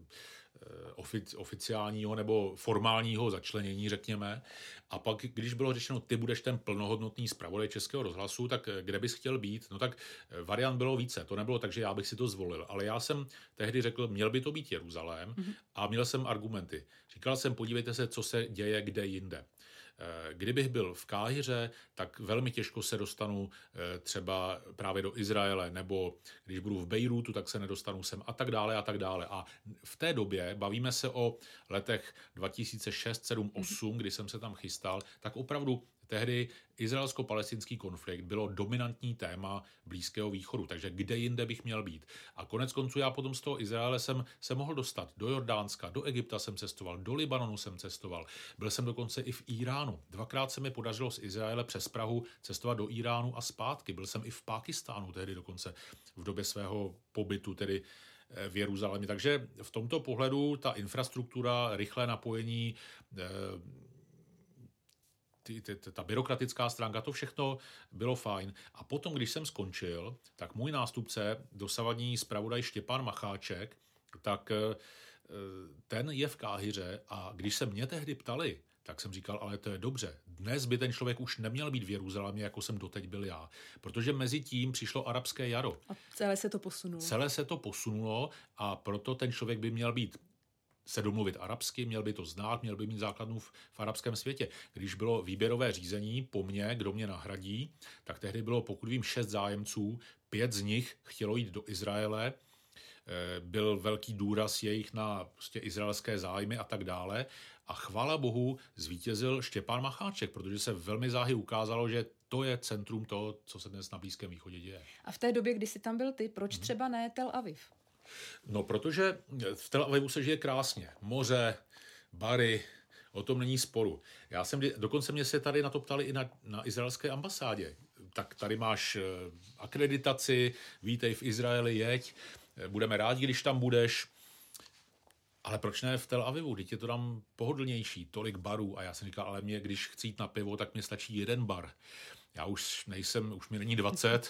oficiálního nebo formálního začlenění, řekněme. A pak, když bylo řečeno, ty budeš ten plnohodnotný zpravodaj Českého rozhlasu, tak kde bys chtěl být? No tak variant bylo více. To nebylo tak, že já bych si to zvolil. Ale já jsem tehdy řekl, měl by to být Jeruzalém mm-hmm. a měl jsem argumenty. Říkal jsem, podívejte se, co se děje kde jinde. Kdybych byl v Káhiře, tak velmi těžko se dostanu třeba právě do Izraele, nebo když budu v Bejrútu, tak se nedostanu sem a tak dále a tak dále. A v té době, bavíme se o letech dva tisíce šest, sedm, osm, kdy jsem se tam chystal, tak opravdu tehdy izraelsko-palestinský konflikt bylo dominantní téma Blízkého východu, takže kde jinde bych měl být. A konec konců já potom z toho Izraele jsem se mohl dostat do Jordánska, do Egypta jsem cestoval, do Libanonu jsem cestoval, byl jsem dokonce i v Iránu. Dvakrát se mi podařilo z Izraele přes Prahu cestovat do Iránu a zpátky. Byl jsem i v Pákistánu tehdy dokonce v době svého pobytu, tedy v Jeruzalémě. Takže v tomto pohledu ta infrastruktura, rychlé napojení, Ty, ty, ta byrokratická stránka, to všechno bylo fajn. A potom, když jsem skončil, tak můj nástupce, dosavadní zpravodaj Štěpán Macháček, tak ten je v Káhiře a když se mě tehdy ptali, tak jsem říkal, ale to je dobře. Dnes by ten člověk už neměl být v Jeruzalémě, jako jsem doteď byl já. Protože mezi tím přišlo arabské jaro. A celé se to posunulo. Celé se to posunulo a proto ten člověk by měl být se domluvit arabsky, měl by to znát, měl by mít základnu v, v arabském světě. Když bylo výběrové řízení po mně, kdo mě nahradí, tak tehdy bylo, pokud vím, šest zájemců, pět z nich chtělo jít do Izraele, byl velký důraz jejich na prostě izraelské zájmy a tak dále. A chvála Bohu zvítězil Štěpán Macháček, protože se velmi záhy ukázalo, že to je centrum toho, co se dnes na Blízkém východě děje. A v té době, kdy jsi tam byl ty, proč třeba ne Tel Aviv? No, protože v Tel Avivu se žije krásně. Moře, bary, o tom není sporu. Já jsem, dokonce mě se tady na to ptali i na, na izraelské ambasádě. Tak tady máš akreditaci, vítej v Izraeli, jeď, budeme rádi, když tam budeš. Ale proč ne v Tel Avivu? Teď je to tam pohodlnější, tolik barů. A já jsem říkal, ale mě, když chci jít na pivo, tak mě stačí jeden bar. Já už nejsem, už mi není dvacet.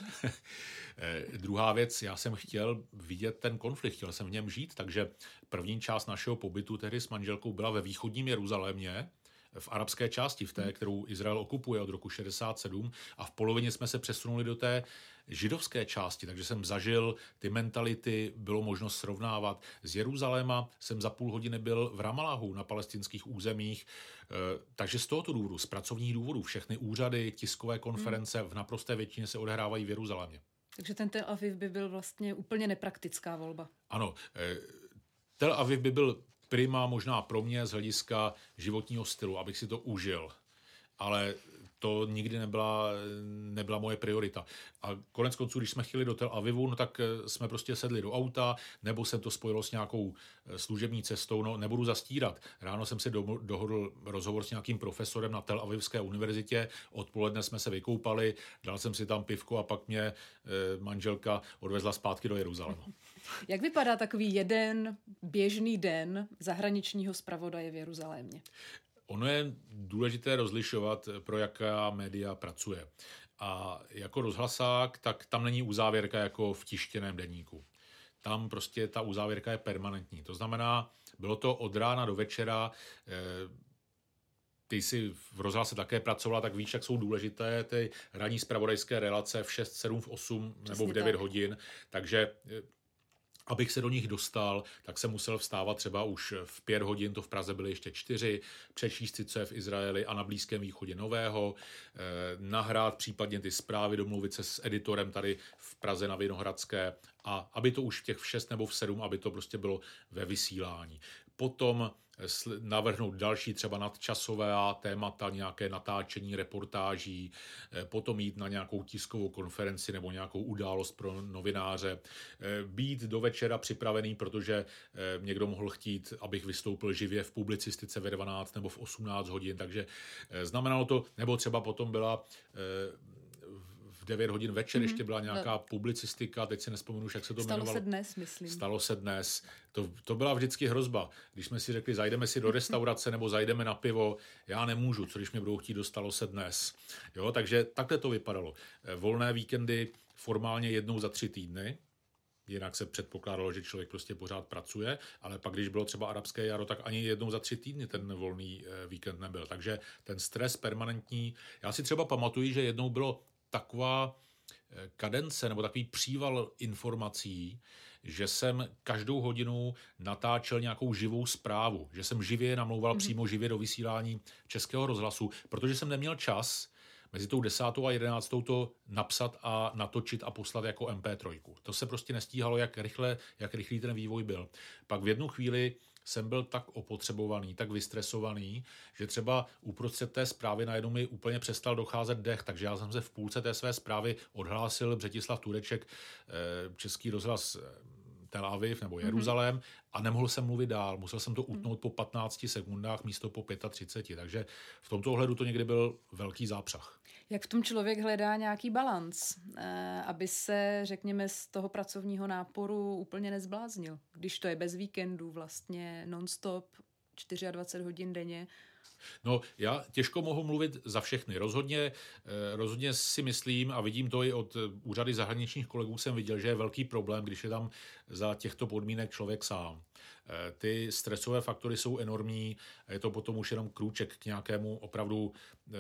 Druhá věc, já jsem chtěl vidět ten konflikt, chtěl jsem v něm žít, takže první část našeho pobytu tehdy s manželkou byla ve východním Jeruzalémě, v arabské části, v té, kterou Izrael okupuje od roku šedesát sedm, a v polovině jsme se přesunuli do té židovské části, takže jsem zažil ty mentality, bylo možno srovnávat. Z Jeruzaléma jsem za půl hodiny byl v Ramalahu na palestinských územích, takže z tohoto důvodu, z pracovních důvodů, všechny úřady, tiskové konference v naprosté většině se odehrávají v Jeruzalémě. Takže ten Tel Aviv by byl vlastně úplně nepraktická volba. Ano, Tel Aviv by byl prima možná pro mě z hlediska životního stylu, abych si to užil. Ale to nikdy nebyla, nebyla moje priorita. A konec konců, když jsme chtěli do Tel Avivu, no tak jsme prostě sedli do auta, nebo jsem to spojilo s nějakou služební cestou, no nebudu zastírat. Ráno jsem si do, dohodl rozhovor s nějakým profesorem na Tel Avivské univerzitě, odpoledne jsme se vykoupali, dal jsem si tam pivko a pak mě e, manželka odvezla zpátky do Jeruzaléma. Jak vypadá takový jeden běžný den zahraničního zpravodaje v Jeruzalémě? Ono je důležité rozlišovat, pro jaká média pracuje. A jako rozhlasák, tak tam není uzávěrka jako v tištěném deníku. Tam prostě ta uzávěrka je permanentní. To znamená, bylo to od rána do večera. Ty jsi v rozhlase také pracovala, tak víš, jak jsou důležité ty ranní zpravodajské relace v šest, sedm, v osm Přesně nebo v devět tak. hodin. Takže abych se do nich dostal, tak jsem musel vstávat třeba už v pět hodin, to v Praze byly ještě čtyři, přečíst si, co je v Izraeli a na Blízkém východě nového, eh, nahrát případně ty zprávy, domluvit se s editorem tady v Praze na Vinohradské a aby to už v těch v šest nebo v sedm, aby to prostě bylo ve vysílání. Potom navrhnout další třeba nadčasové témata, nějaké natáčení reportáží, potom jít na nějakou tiskovou konferenci nebo nějakou událost pro novináře, být do večera připravený, protože někdo mohl chtít, abych vystoupil živě v publicistice ve dvanáct nebo v osmnáct hodin, takže znamenalo to, nebo třeba potom byla v devět hodin večer mm-hmm. ještě byla nějaká no. publicistika, teď si nespomenu, jak se to Stalo jmenovalo. se dnes, myslím. Stalo se dnes. To, to byla vždycky hrozba. Když jsme si řekli, zajdeme si do restaurace nebo zajdeme na pivo, já nemůžu, co když mě budou chtít, dostalo se dnes. Jo, takže takhle to vypadalo. Volné víkendy formálně jednou za tři týdny, jinak se předpokládalo, že člověk prostě pořád pracuje, ale pak, když bylo třeba arabské jaro, tak ani jednou za tři týdny ten volný víkend nebyl. Takže ten stres permanentní. Já si třeba pamatuju, že jednou bylo taková kadence nebo takový příval informací, že jsem každou hodinu natáčel nějakou živou zprávu, že jsem živě namlouval mm-hmm. přímo živě do vysílání Českého rozhlasu, protože jsem neměl čas mezi tou desátou a jedenáctou to napsat a natočit a poslat jako em pé tři. To se prostě nestíhalo, jak rychle, jak rychlý ten vývoj byl. Pak v jednu chvíli jsem byl tak opotřebovaný, tak vystresovaný, že třeba uprostřed té zprávy najednou mi úplně přestal docházet dech, takže já jsem se v půlce té své zprávy odhlásil Břetislav Tureček, Český rozhlas Tel Aviv nebo Jeruzalém, mm-hmm. a nemohl jsem mluvit dál. Musel jsem to utnout po patnácti sekundách místo po třiceti pěti, takže v tomto ohledu to někdy byl velký zápřah. Jak v tom člověk hledá nějaký balanc, aby se, řekněme, z toho pracovního náporu úplně nezbláznil, když to je bez víkendů vlastně non-stop, dvacet čtyři hodin denně? No, já těžko mohu mluvit za všechny. Rozhodně, rozhodně si myslím, a vidím to i od úřady zahraničních kolegů, jsem viděl, že je velký problém, když je tam za těchto podmínek člověk sám. Ty stresové faktory jsou enormní a je to potom už jenom krůček k nějakému opravdu e,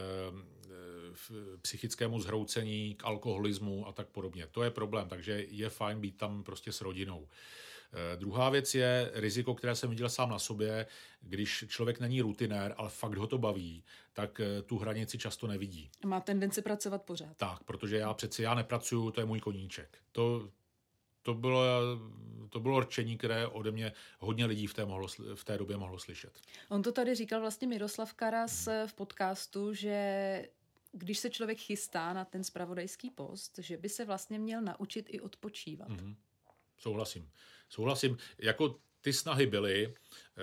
e, psychickému zhroucení, k alkoholismu a tak podobně. To je problém, takže je fajn být tam prostě s rodinou. E, druhá věc je riziko, které jsem viděl sám na sobě, když člověk není rutinér, ale fakt ho to baví, tak tu hranici často nevidí. Má tendenci pracovat pořád. Tak, protože já přeci já nepracuju, to je můj koníček. To To bylo, to bylo rčení, které ode mě hodně lidí v té, mohlo, v té době mohlo slyšet. On to tady říkal vlastně Miroslav Karas hmm. v podcastu, že když se člověk chystá na ten zpravodajský post, že by se vlastně měl naučit i odpočívat. Hmm. Souhlasím. Souhlasím. Jako ty snahy byly,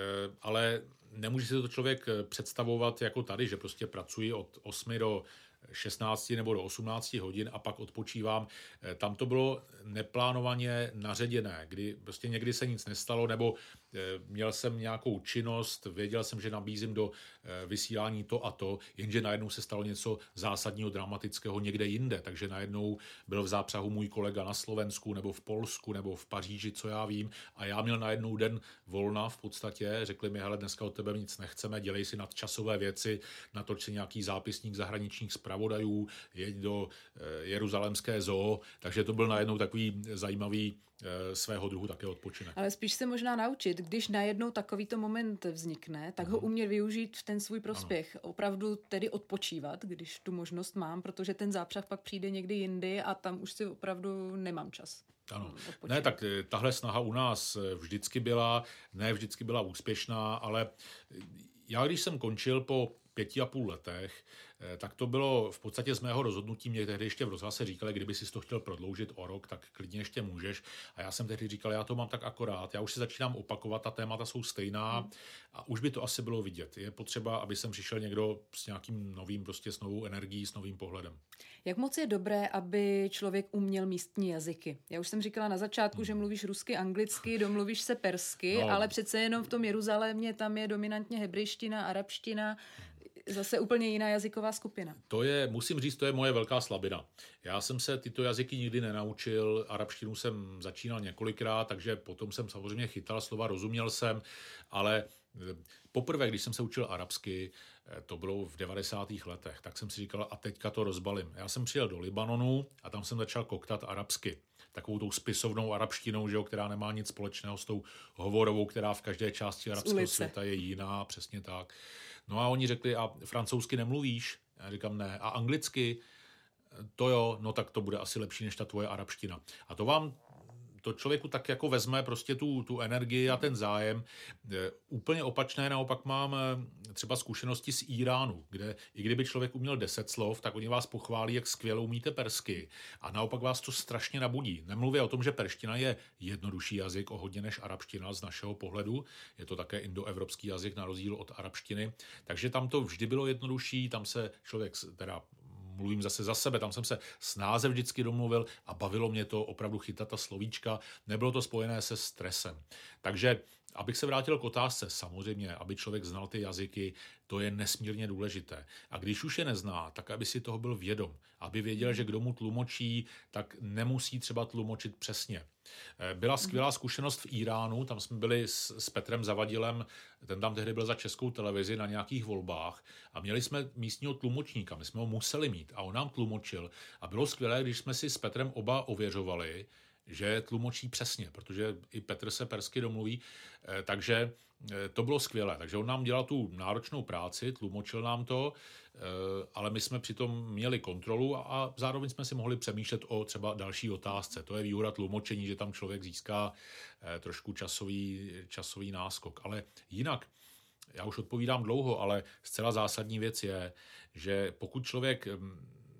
ale nemůže si to člověk představovat jako tady, že prostě pracuji od osmi do šestnácti nebo do osmnácti hodin a pak odpočívám. Tam to bylo neplánovaně naředěné, kdy prostě někdy se nic nestalo, nebo měl jsem nějakou činnost, věděl jsem, že nabízím do vysílání to a to, jenže najednou se stalo něco zásadního, dramatického někde jinde, takže najednou byl v zápřahu můj kolega na Slovensku, nebo v Polsku, nebo v Paříži, co já vím, a já měl najednou den volna v podstatě, řekli mi, hele, dneska od tebe nic nechceme, dělej si nadčasové věci, natoč si nějaký zápisník zahraničních zpravodajů, jeď do jeruzalémské zoo, takže to byl najednou takový zajímavý svého druhu také odpočinek. Ale spíš se možná naučit, když najednou takovýto moment vznikne, tak ho umět využít v ten svůj prospěch. Ano. Opravdu tedy odpočívat, když tu možnost mám, protože ten zápřah pak přijde někdy jindy a tam už si opravdu nemám čas. Ano. Ne, tak tahle snaha u nás vždycky byla, ne vždycky byla úspěšná, ale já když jsem končil po pěti a půl letech, tak to bylo v podstatě z mého rozhodnutí. Mě tehdy ještě v rozhlase říkali, kdyby si to chtěl prodloužit o rok, tak klidně ještě můžeš. A já jsem tehdy říkal, já to mám tak akorát. Já už si začínám opakovat, ta témata jsou stejná hmm. a už by to asi bylo vidět. Je potřeba, aby sem přišel někdo s nějakým novým, prostě s novou energií, s novým pohledem. Jak moc je dobré, aby člověk uměl místní jazyky? Já už jsem říkala na začátku, hmm. že mluvíš rusky, anglicky, domluvíš se persky, no. ale přece jenom v tom Jeruzalémě tam je dominantně hebrejština, arabština, zase úplně jiná jazyková skupina. To je, musím říct, to je moje velká slabina. Já jsem se tyto jazyky nikdy nenaučil, arabštinu jsem začínal několikrát, takže potom jsem samozřejmě chytal slova, rozuměl jsem, ale poprvé, když jsem se učil arabsky, to bylo v devadesátých letech, tak jsem si říkal, a teďka to rozbalím. Já jsem přijel do Libanonu a tam jsem začal koktat arabsky. Takovou tou spisovnou arabštinou, že jo, která nemá nic společného s tou hovorovou, která v každé části arabského světa je jiná, přesně tak. No a oni řekli, a francouzsky nemluvíš? Já říkám, ne. A anglicky? To jo, no tak to bude asi lepší než ta tvoje arabština. A to vám, to člověku tak jako vezme prostě tu, tu energii a ten zájem. Úplně opačné naopak mám třeba zkušenosti z Iránu, kde i kdyby člověk uměl deset slov, tak oni vás pochválí, jak skvěle umíte persky. A naopak vás to strašně nabudí. Nemluví o tom, že perština je jednodušší jazyk o hodně než arabština z našeho pohledu. Je to také indoevropský jazyk na rozdíl od arabštiny. Takže tam to vždy bylo jednodušší, tam se člověk teda mluvím zase za sebe, tam jsem se snáze vždycky domluvil a bavilo mě to opravdu chytat ta slovíčka, nebylo to spojené se stresem. Takže, abych se vrátil k otázce, samozřejmě, aby člověk znal ty jazyky, to je nesmírně důležité. A když už je nezná, tak aby si toho byl vědom. Aby věděl, že kdo mu tlumočí, tak nemusí třeba tlumočit přesně. Byla skvělá zkušenost v Iránu, tam jsme byli s, s Petrem Zavadilem, ten tam tehdy byl za Českou televizi na nějakých volbách a měli jsme místního tlumočníka, my jsme ho museli mít a on nám tlumočil a bylo skvělé, když jsme si s Petrem oba ověřovali, že tlumočí přesně, protože i Petr se persky domluví, takže to bylo skvělé. Takže on nám dělal tu náročnou práci, tlumočil nám to, ale my jsme přitom měli kontrolu a zároveň jsme si mohli přemýšlet o třeba další otázce. To je výhoda tlumočení, že tam člověk získá trošku časový, časový náskok. Ale jinak, já už odpovídám dlouho, ale zcela zásadní věc je, že pokud člověk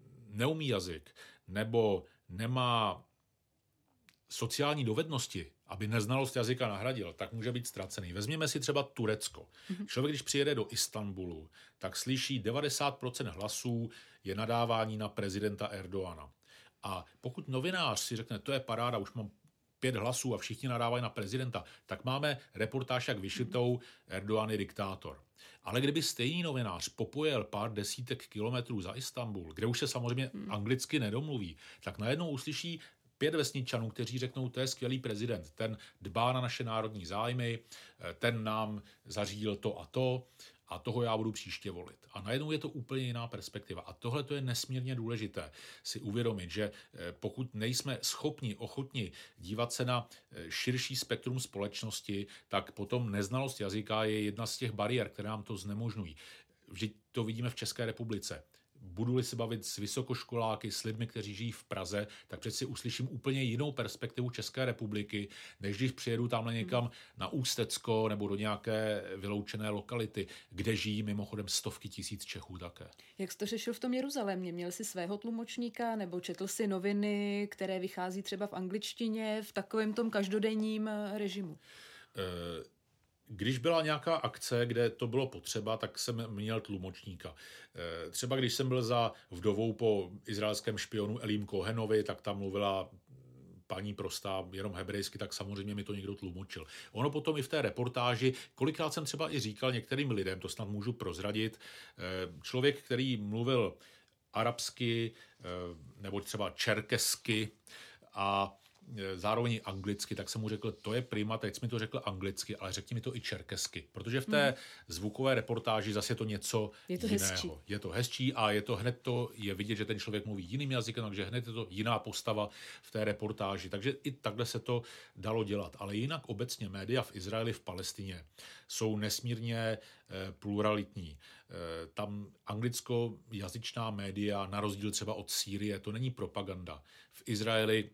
neumí jazyk nebo nemá sociální dovednosti, aby neznalost jazyka nahradil, tak může být ztracený. Vezměme si třeba Turecko. Člověk, když přijede do Istanbulu, tak slyší devadesát procent hlasů je nadávání na prezidenta Erdoana. A pokud novinář si řekne, to je paráda, už mám pět hlasů a všichni nadávají na prezidenta, tak máme reportáž jak vyšitou Erdogan je diktátor. Ale kdyby stejný novinář popojel pár desítek kilometrů za Istanbul, kde už se samozřejmě anglicky nedomluví, tak najednou uslyší pět vesničanů, kteří řeknou, to je skvělý prezident, ten dbá na naše národní zájmy, ten nám zařídil to a to a toho já budu příště volit. A najednou je to úplně jiná perspektiva. A tohle to je nesmírně důležité si uvědomit, že pokud nejsme schopni, ochotni dívat se na širší spektrum společnosti, tak potom neznalost jazyka je jedna z těch bariér, které nám to znemožňují. Vždyť to vidíme v České republice. Budu-li se bavit s vysokoškoláky, s lidmi, kteří žijí v Praze, tak přeci uslyším úplně jinou perspektivu České republiky, než když přijedu tamhle někam na Ústecko nebo do nějaké vyloučené lokality, kde žijí mimochodem stovky tisíc Čechů také. Jak jsi to řešil v tom Jeruzalémě? Měl jsi svého tlumočníka nebo četl si noviny, které vychází třeba v angličtině v takovém tom každodenním režimu? E- Když byla nějaká akce, kde to bylo potřeba, tak jsem měl tlumočníka. Třeba když jsem byl za vdovou po izraelském špionu Elím Kohenovi, tak tam mluvila paní prostá jenom hebrejsky, tak samozřejmě mi to někdo tlumočil. Ono potom i v té reportáži, kolikrát jsem třeba i říkal některým lidem, to snad můžu prozradit, člověk, který mluvil arabsky nebo třeba čerkesky a zároveň anglicky, tak jsem mu řekl, to je prima, teď jsi mi to řekl anglicky, ale řekni mi to i čerkesky, protože v té hmm. zvukové reportáži zase je to něco je to jiného. Hezčí. Je to hezčí a je to hned to, je vidět, že ten člověk mluví jiným jazykem, takže hned je to jiná postava v té reportáži. Takže i takhle se to dalo dělat. Ale jinak obecně média v Izraeli, v Palestině jsou nesmírně eh, pluralitní. Eh, tam anglickojazyčná média, na rozdíl třeba od Sýrie, to není propaganda. V Izraeli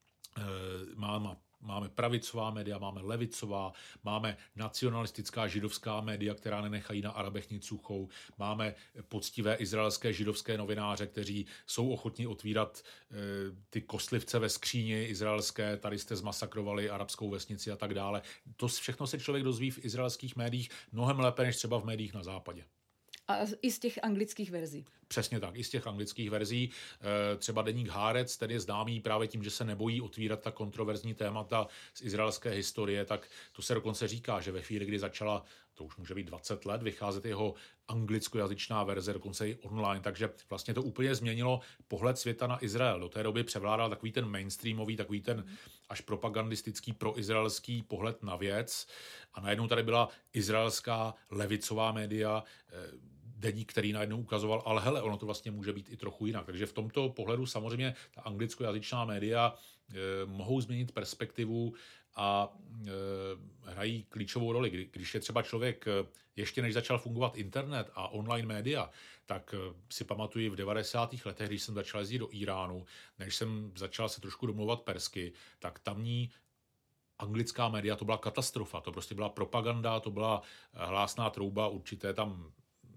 Máme, máme pravicová média, máme levicová, máme nacionalistická židovská média, která nenechají na Arabech nic suchou, máme poctivé izraelské židovské novináře, kteří jsou ochotní otvírat e, ty kostlivce ve skříni izraelské, tady jste zmasakrovali arabskou vesnici a tak dále. To všechno se člověk dozví v izraelských médiích mnohem lépe, než třeba v médiích na západě. A i z těch anglických verzí. Přesně tak, i z těch anglických verzí. Třeba deník Haaretz, ten je známý právě tím, že se nebojí otvírat ta kontroverzní témata z izraelské historie, tak to se dokonce říká, že ve chvíli, kdy začala, to už může být dvacet let, vycházet jeho anglickojazyčná verze, dokonce i online, takže vlastně to úplně změnilo pohled světa na Izrael. Do té doby převládal takový ten mainstreamový, takový ten až propagandistický proizraelský pohled na věc a najednou tady byla izraelská levicová média, deník, který najednou ukazoval, ale hele, ono to vlastně může být i trochu jinak. Takže v tomto pohledu samozřejmě ta anglickojazyčná média e, mohou změnit perspektivu a e, hrají klíčovou roli. Kdy, když je třeba člověk, ještě než začal fungovat internet a online média, tak e, si pamatuji v devadesátých letech, když jsem začal jezdit do Iránu, než jsem začal se trošku domluvat persky, tak tamní anglická média, to byla katastrofa. To prostě byla propaganda, to byla hlásná trouba, určité tam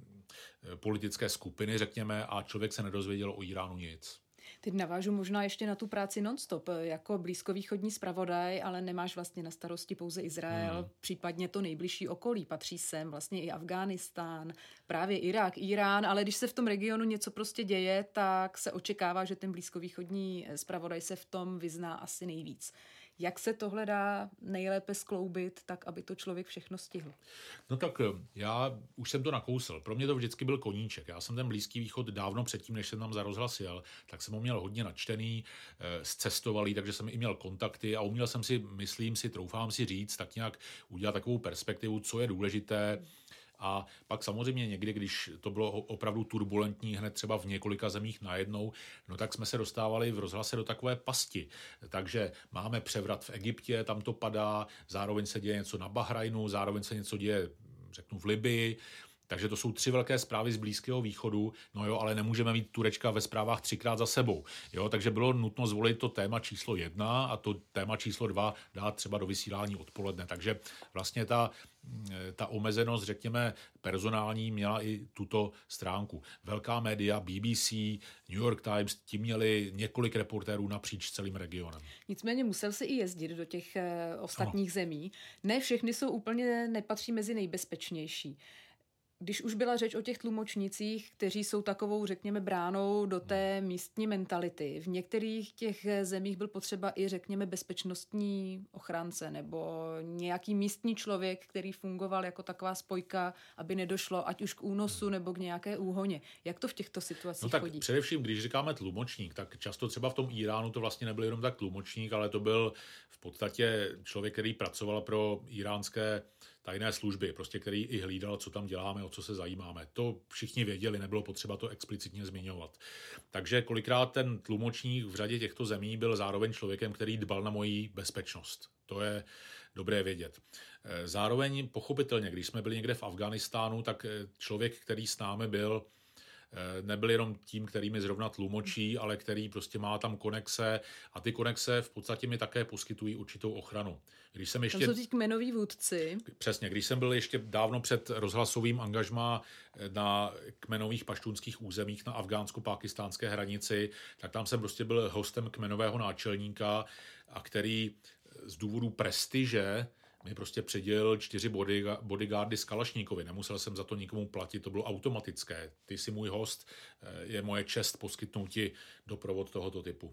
politické skupiny, řekněme, a člověk se nedozvěděl o Iránu nic. Teď navážu možná ještě na tu práci non-stop. Jako blízkovýchodní zpravodaj, ale nemáš vlastně na starosti pouze Izrael, hmm. případně to nejbližší okolí. Patří sem vlastně i Afghánistán, právě Irák, Irán, ale když se v tom regionu něco prostě děje, tak se očekává, že ten blízkovýchodní zpravodaj se v tom vyzná asi nejvíc. Jak se tohle dá nejlépe skloubit, tak aby to člověk všechno stihl? No tak já už jsem to nakousl. Pro mě to vždycky byl koníček. Já jsem ten Blízký východ dávno předtím, než jsem tam za rozhlas jel, tak jsem ho měl hodně načtený, zcestovalý, takže jsem i měl kontakty a uměl jsem si, myslím si, troufám si říct, tak nějak udělat takovou perspektivu, co je důležité. A pak samozřejmě někdy, když to bylo opravdu turbulentní hned třeba v několika zemích najednou, no tak jsme se dostávali v rozhlase do takové pasti. Takže máme převrat v Egyptě, tam to padá, zároveň se děje něco na Bahrajnu, zároveň se něco děje, řeknu, v Libii. Takže to jsou tři velké zprávy z Blízkého východu, no jo, ale nemůžeme mít Turečka ve zprávách třikrát za sebou. Jo, takže bylo nutno zvolit to téma číslo jedna a to téma číslo dva dát třeba do vysílání odpoledne. Takže vlastně ta, ta omezenost, řekněme, personální měla i tuto stránku. Velká média, B B C, New York Times, ti měli několik reportérů napříč celým regionem. Nicméně musel si i jezdit do těch eh, ostatních no. zemí. Ne všechny jsou úplně, nepatří mezi nejbezpečnější. Když už byla řeč o těch tlumočnících, kteří jsou takovou, řekněme, bránou do té místní mentality, v některých těch zemích byl potřeba i, řekněme, bezpečnostní ochránce nebo nějaký místní člověk, který fungoval jako taková spojka, aby nedošlo ať už k únosu nebo k nějaké úhoně. Jak to v těchto situacích no tak chodí? Především, když říkáme tlumočník, tak často třeba v tom Iránu to vlastně nebyl jenom tak tlumočník, ale to byl v podstatě člověk, který pracoval pro iránské tajné služby, prostě který i hlídal, co tam děláme, o co se zajímáme. To všichni věděli, nebylo potřeba to explicitně zmiňovat. Takže kolikrát ten tlumočník v řadě těchto zemí byl zároveň člověkem, který dbal na moji bezpečnost. To je dobré vědět. Zároveň pochopitelně, když jsme byli někde v Afghánistánu, tak člověk, který s námi byl, nebyl jenom tím, který mi zrovna tlumočí, ale který prostě má tam konexe a ty konexe v podstatě mi také poskytují určitou ochranu. Když jsem ještě... Tam jsou ty kmenoví vůdci. Přesně, když jsem byl ještě dávno před rozhlasovým angažmá na kmenových paštunských územích na afgánsko-pákistánské hranici, tak tam jsem prostě byl hostem kmenového náčelníka, a který z důvodu prestiže mi prostě předělil čtyři bodyguardy z Kalašníkovy. Nemusel jsem za to nikomu platit, to bylo automatické. Ty jsi můj host, je moje čest poskytnout ti doprovod tohoto typu.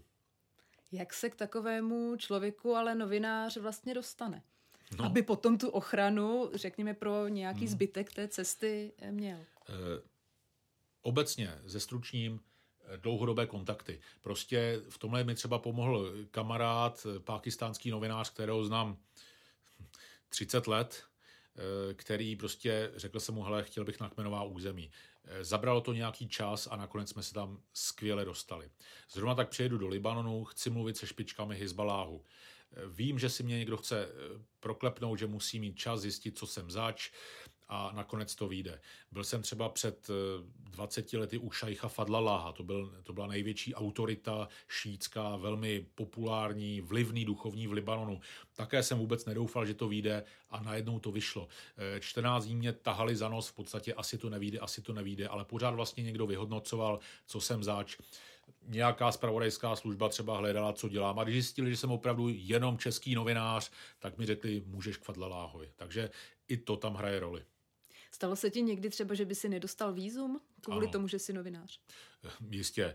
Jak se k takovému člověku ale novinář vlastně dostane? No. Aby potom tu ochranu, řekněme, pro nějaký hmm. zbytek té cesty měl. E, obecně, ze stručním, dlouhodobé kontakty. Prostě v tomhle mi třeba pomohl kamarád, pákistánský novinář, kterého znám třicet let, který prostě řekl jsem mu, hele, chtěl bych na kmenová území. Zabralo to nějaký čas a nakonec jsme se tam skvěle dostali. Zrovna tak přijedu do Libanonu, chci mluvit se špičkami Hizbaláhu. Vím, že si mě někdo chce proklepnout, že musí mít čas zjistit, co jsem zač, a nakonec to vyjde. Byl jsem třeba před dvaceti lety u šajcha Fadlaláha, to, byl, to byla největší autorita šítská, velmi populární, vlivný duchovní v Libanonu. Také jsem vůbec nedoufal, že to vyjde a najednou to vyšlo. čtrnáct dní mě tahali za nos, v podstatě asi to nevyjde, asi to nevyjde, ale pořád vlastně někdo vyhodnocoval, co jsem zač. Nějaká zpravodajská služba třeba hledala, co dělám. A když zjistili, že jsem opravdu jenom český novinář, tak mi řekli, můžeš k Fadlaláhovi. Takže i to tam hraje roli. Stalo se ti někdy třeba, že by si nedostal vízum kvůli ano. tomu, že jsi novinář? Jistě.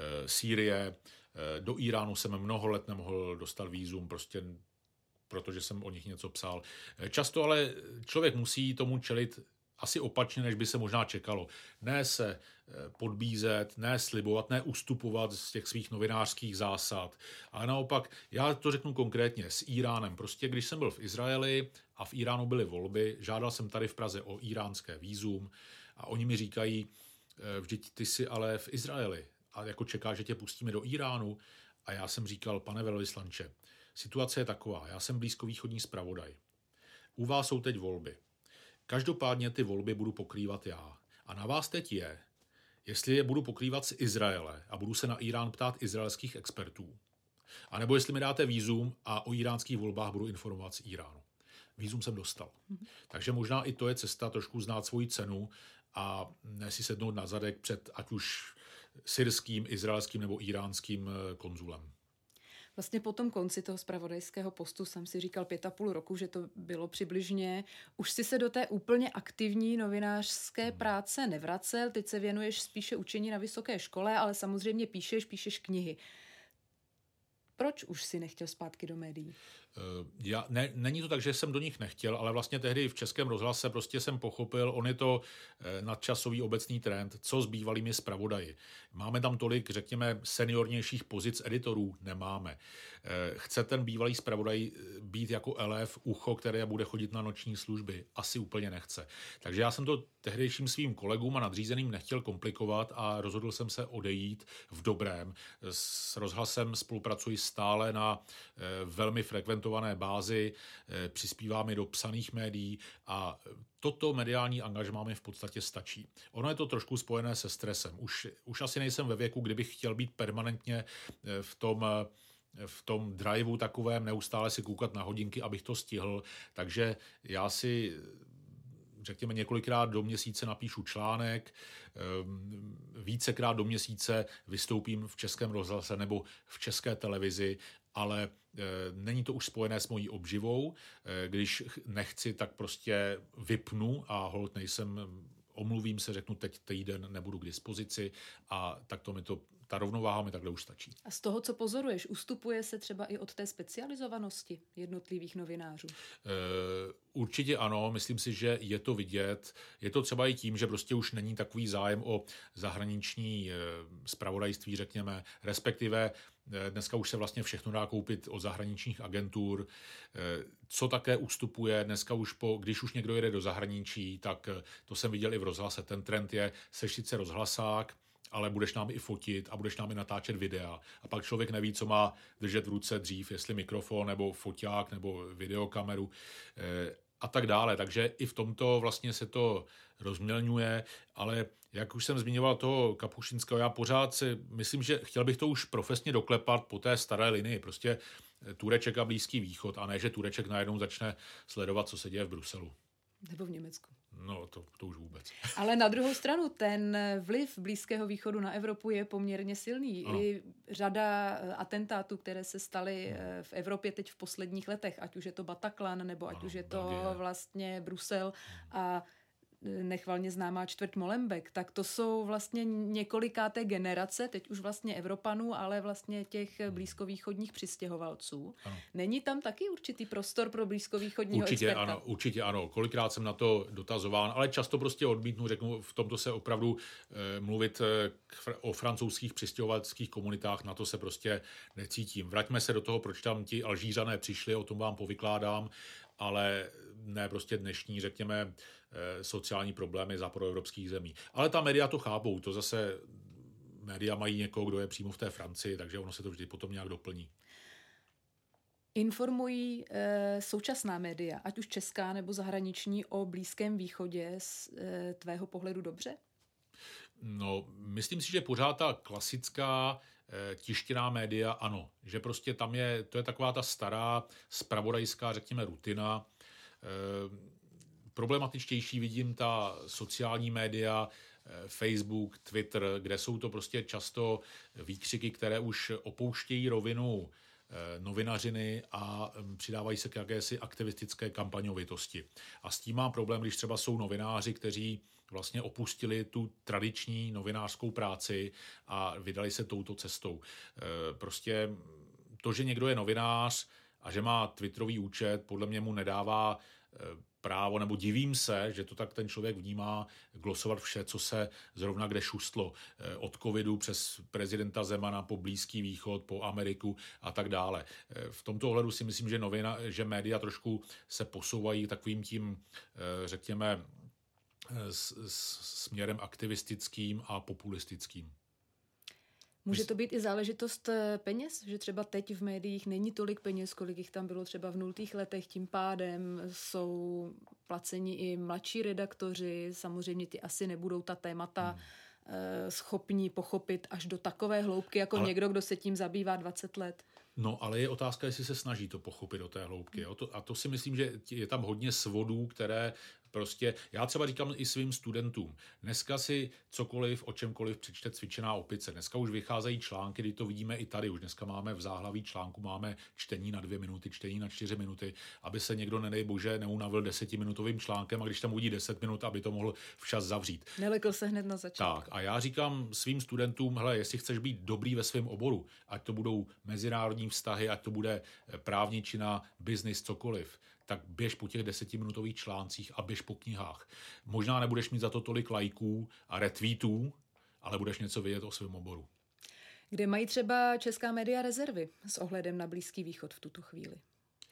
Sýrie, do Iránu jsem mnoho let nemohl dostat vízum, prostě protože jsem o nich něco psal. Často ale člověk musí tomu čelit asi opačně, než by se možná čekalo. Ne se podbízet, ne slibovat, ne ustupovat z těch svých novinářských zásad. Ale naopak, já to řeknu konkrétně, s Iránem. Prostě když jsem byl v Izraeli a v Iránu byly volby, žádal jsem tady v Praze o iránské vízum a oni mi říkají, vždyť ty jsi ale v Izraeli a jako čekáš, že tě pustíme do Iránu. A já jsem říkal, pane velvyslanče, situace je taková, já jsem blízkovýchodní zpravodaj. U vás jsou teď volby. Každopádně ty volby budu pokrývat já. A na vás teď je, jestli je budu pokrývat z Izraele a budu se na Irán ptát izraelských expertů. A nebo jestli mi dáte vízum a o iránských volbách budu informovat z Iránu. Vízum jsem dostal. Mm-hmm. Takže možná i to je cesta trošku znát svoji cenu a ne si sednout na zadek před ať už syrským, izraelským nebo iránským konzulem. Vlastně po tom konci toho zpravodajského postu jsem si říkal pět a půl roku, že to bylo přibližně. Už si se do té úplně aktivní novinářské práce nevracel, teď se věnuješ spíše učení na vysoké škole, ale samozřejmě píšeš, píšeš knihy. Proč už si nechtěl zpátky do médií? Já, ne, není to tak, že jsem do nich nechtěl, ale vlastně tehdy v Českém rozhlase prostě jsem pochopil, on je to nadčasový obecný trend, co s bývalými zpravodaji. Máme tam tolik, řekněme, seniornějších pozic editorů? Nemáme. Chce ten bývalý zpravodaj být jako elef, ucho, které bude chodit na noční služby? Asi úplně nechce. Takže já jsem to tehdejším svým kolegům a nadřízeným nechtěl komplikovat a rozhodl jsem se odejít v dobrém. S rozhlasem spolupracuji stále na velmi frekventovaném frekventované bázi, přispíváme do psaných médií a toto mediální angažmá mi v podstatě stačí. Ono je to trošku spojené se stresem. Už, už asi nejsem ve věku, kdybych chtěl být permanentně v tom v tom driveu takovém, neustále si koukat na hodinky, abych to stihl. Takže já si, řekněme, několikrát do měsíce napíšu článek, vícekrát do měsíce vystoupím v Českém rozhlase nebo v České televizi, ale není to už spojené s mojí obživou. Když nechci, tak prostě vypnu a holt nejsem, omluvím se, řeknu teď týden nebudu k dispozici a tak to mi to ta rovnováha mi takhle už stačí. A z toho, co pozoruješ, ustupuje se třeba i od té specializovanosti jednotlivých novinářů? E, určitě ano, myslím si, že je to vidět. Je to třeba i tím, že prostě už není takový zájem o zahraniční zpravodajství, řekněme, respektive dneska už se vlastně všechno dá koupit od zahraničních agentur. Co také ustupuje, dneska už po, když už někdo jede do zahraničí, tak to jsem viděl i v rozhlase. Ten trend je, seš sice rozhlasák, ale budeš nám i fotit a budeš nám i natáčet videa. A pak člověk neví, co má držet v ruce dřív, jestli mikrofon, nebo foťák, nebo videokameru e, a tak dále. Takže i v tomto vlastně se to rozmělňuje, ale jak už jsem zmiňoval toho Kapušinského, já pořád si myslím, že chtěl bych to už profesně doklepat po té staré linii. Prostě Tureček a Blízký východ, a ne, že Tureček najednou začne sledovat, co se děje v Bruselu. Nebo v Německu. No, to, to už vůbec. Ale na druhou stranu, ten vliv Blízkého východu na Evropu je poměrně silný. Ano. I řada atentátů, které se staly v Evropě teď v posledních letech, ať už je to Bataclan, nebo ať ano, už je to Belgie. Vlastně Brusel a nechvalně známá čtvrť Molenbeek, tak to jsou vlastně několikáté generace, teď už vlastně Evropanů, ale vlastně těch blízkovýchodních přistěhovalců. Ano. Není tam taky určitý prostor pro blízkovýchodního určitě experta? Ano, určitě ano. Kolikrát jsem na to dotazován, ale často prostě odmítnu, řeknu, v tomto se opravdu eh, mluvit eh, o francouzských přistěhovaleckých komunitách, na to se prostě necítím. Vraťme se do toho, proč tam ti Alžířané přišli, o tom vám povykládám, ale ne prostě dnešní, řekněme, sociální problémy západoevropských zemí. Ale ta média to chápou, to zase média mají někoho, kdo je přímo v té Francii, takže ono se to vždy potom nějak doplní. Informují e, současná média, ať už česká nebo zahraniční, o Blízkém východě z e, tvého pohledu dobře? No, myslím si, že pořád ta klasická e, tištěná média, ano, že prostě tam je, to je taková ta stará zpravodajská, řekněme, rutina. E, Problematičtější vidím ta sociální média, Facebook, Twitter, kde jsou to prostě často výkřiky, které už opouštějí rovinu novinařiny a přidávají se k jakési aktivistické kampaňovitosti. A s tím mám problém, když třeba jsou novináři, kteří vlastně opustili tu tradiční novinářskou práci a vydali se touto cestou. Prostě to, že někdo je novinář a že má twitterový účet, podle mě mu nedává právo, nebo divím se, že to tak ten člověk vnímá, glosovat vše, co se zrovna kde šustlo. Od covidu přes prezidenta Zemana po Blízký východ, po Ameriku a tak dále. V tomto ohledu si myslím, že novina, že média trošku se posouvají takovým tím, řekněme, s, s, směrem aktivistickým a populistickým. Může to být i záležitost peněz, že třeba teď v médiích není tolik peněz, kolik jich tam bylo třeba v nultých letech, tím pádem jsou placeni i mladší redaktoři, samozřejmě ti asi nebudou ta témata hmm. schopni pochopit až do takové hloubky, jako ale... někdo, kdo se tím zabývá dvacet let. No, ale je otázka, jestli se snaží to pochopit do té hloubky. Jo? To, a to si myslím, že je tam hodně svodů, které prostě, já třeba říkám i svým studentům, dneska si cokoliv, o čemkoliv přečte Cvičená opice. Dneska už vycházejí články, kdy to vidíme i tady. Už dneska máme v záhlaví článku, máme čtení na dvě minuty, čtení na čtyři minuty, aby se někdo, nedej bože, neunavil desetiminutovým článkem a když tam uvidí deset minut, aby to mohl včas zavřít. Nelekl se hned na začátku. Tak, a já říkám svým studentům, hele, jestli chceš být dobrý ve svém oboru, ať to budou mezinárodní vztahy, ať to bude právničina, biznis, cokoliv, tak běž po těch desetiminutových článcích a běž po knihách. Možná nebudeš mít za to tolik lajků a retweetů, ale budeš něco vědět o svém oboru. Kde mají třeba česká média rezervy s ohledem na Blízký východ v tuto chvíli?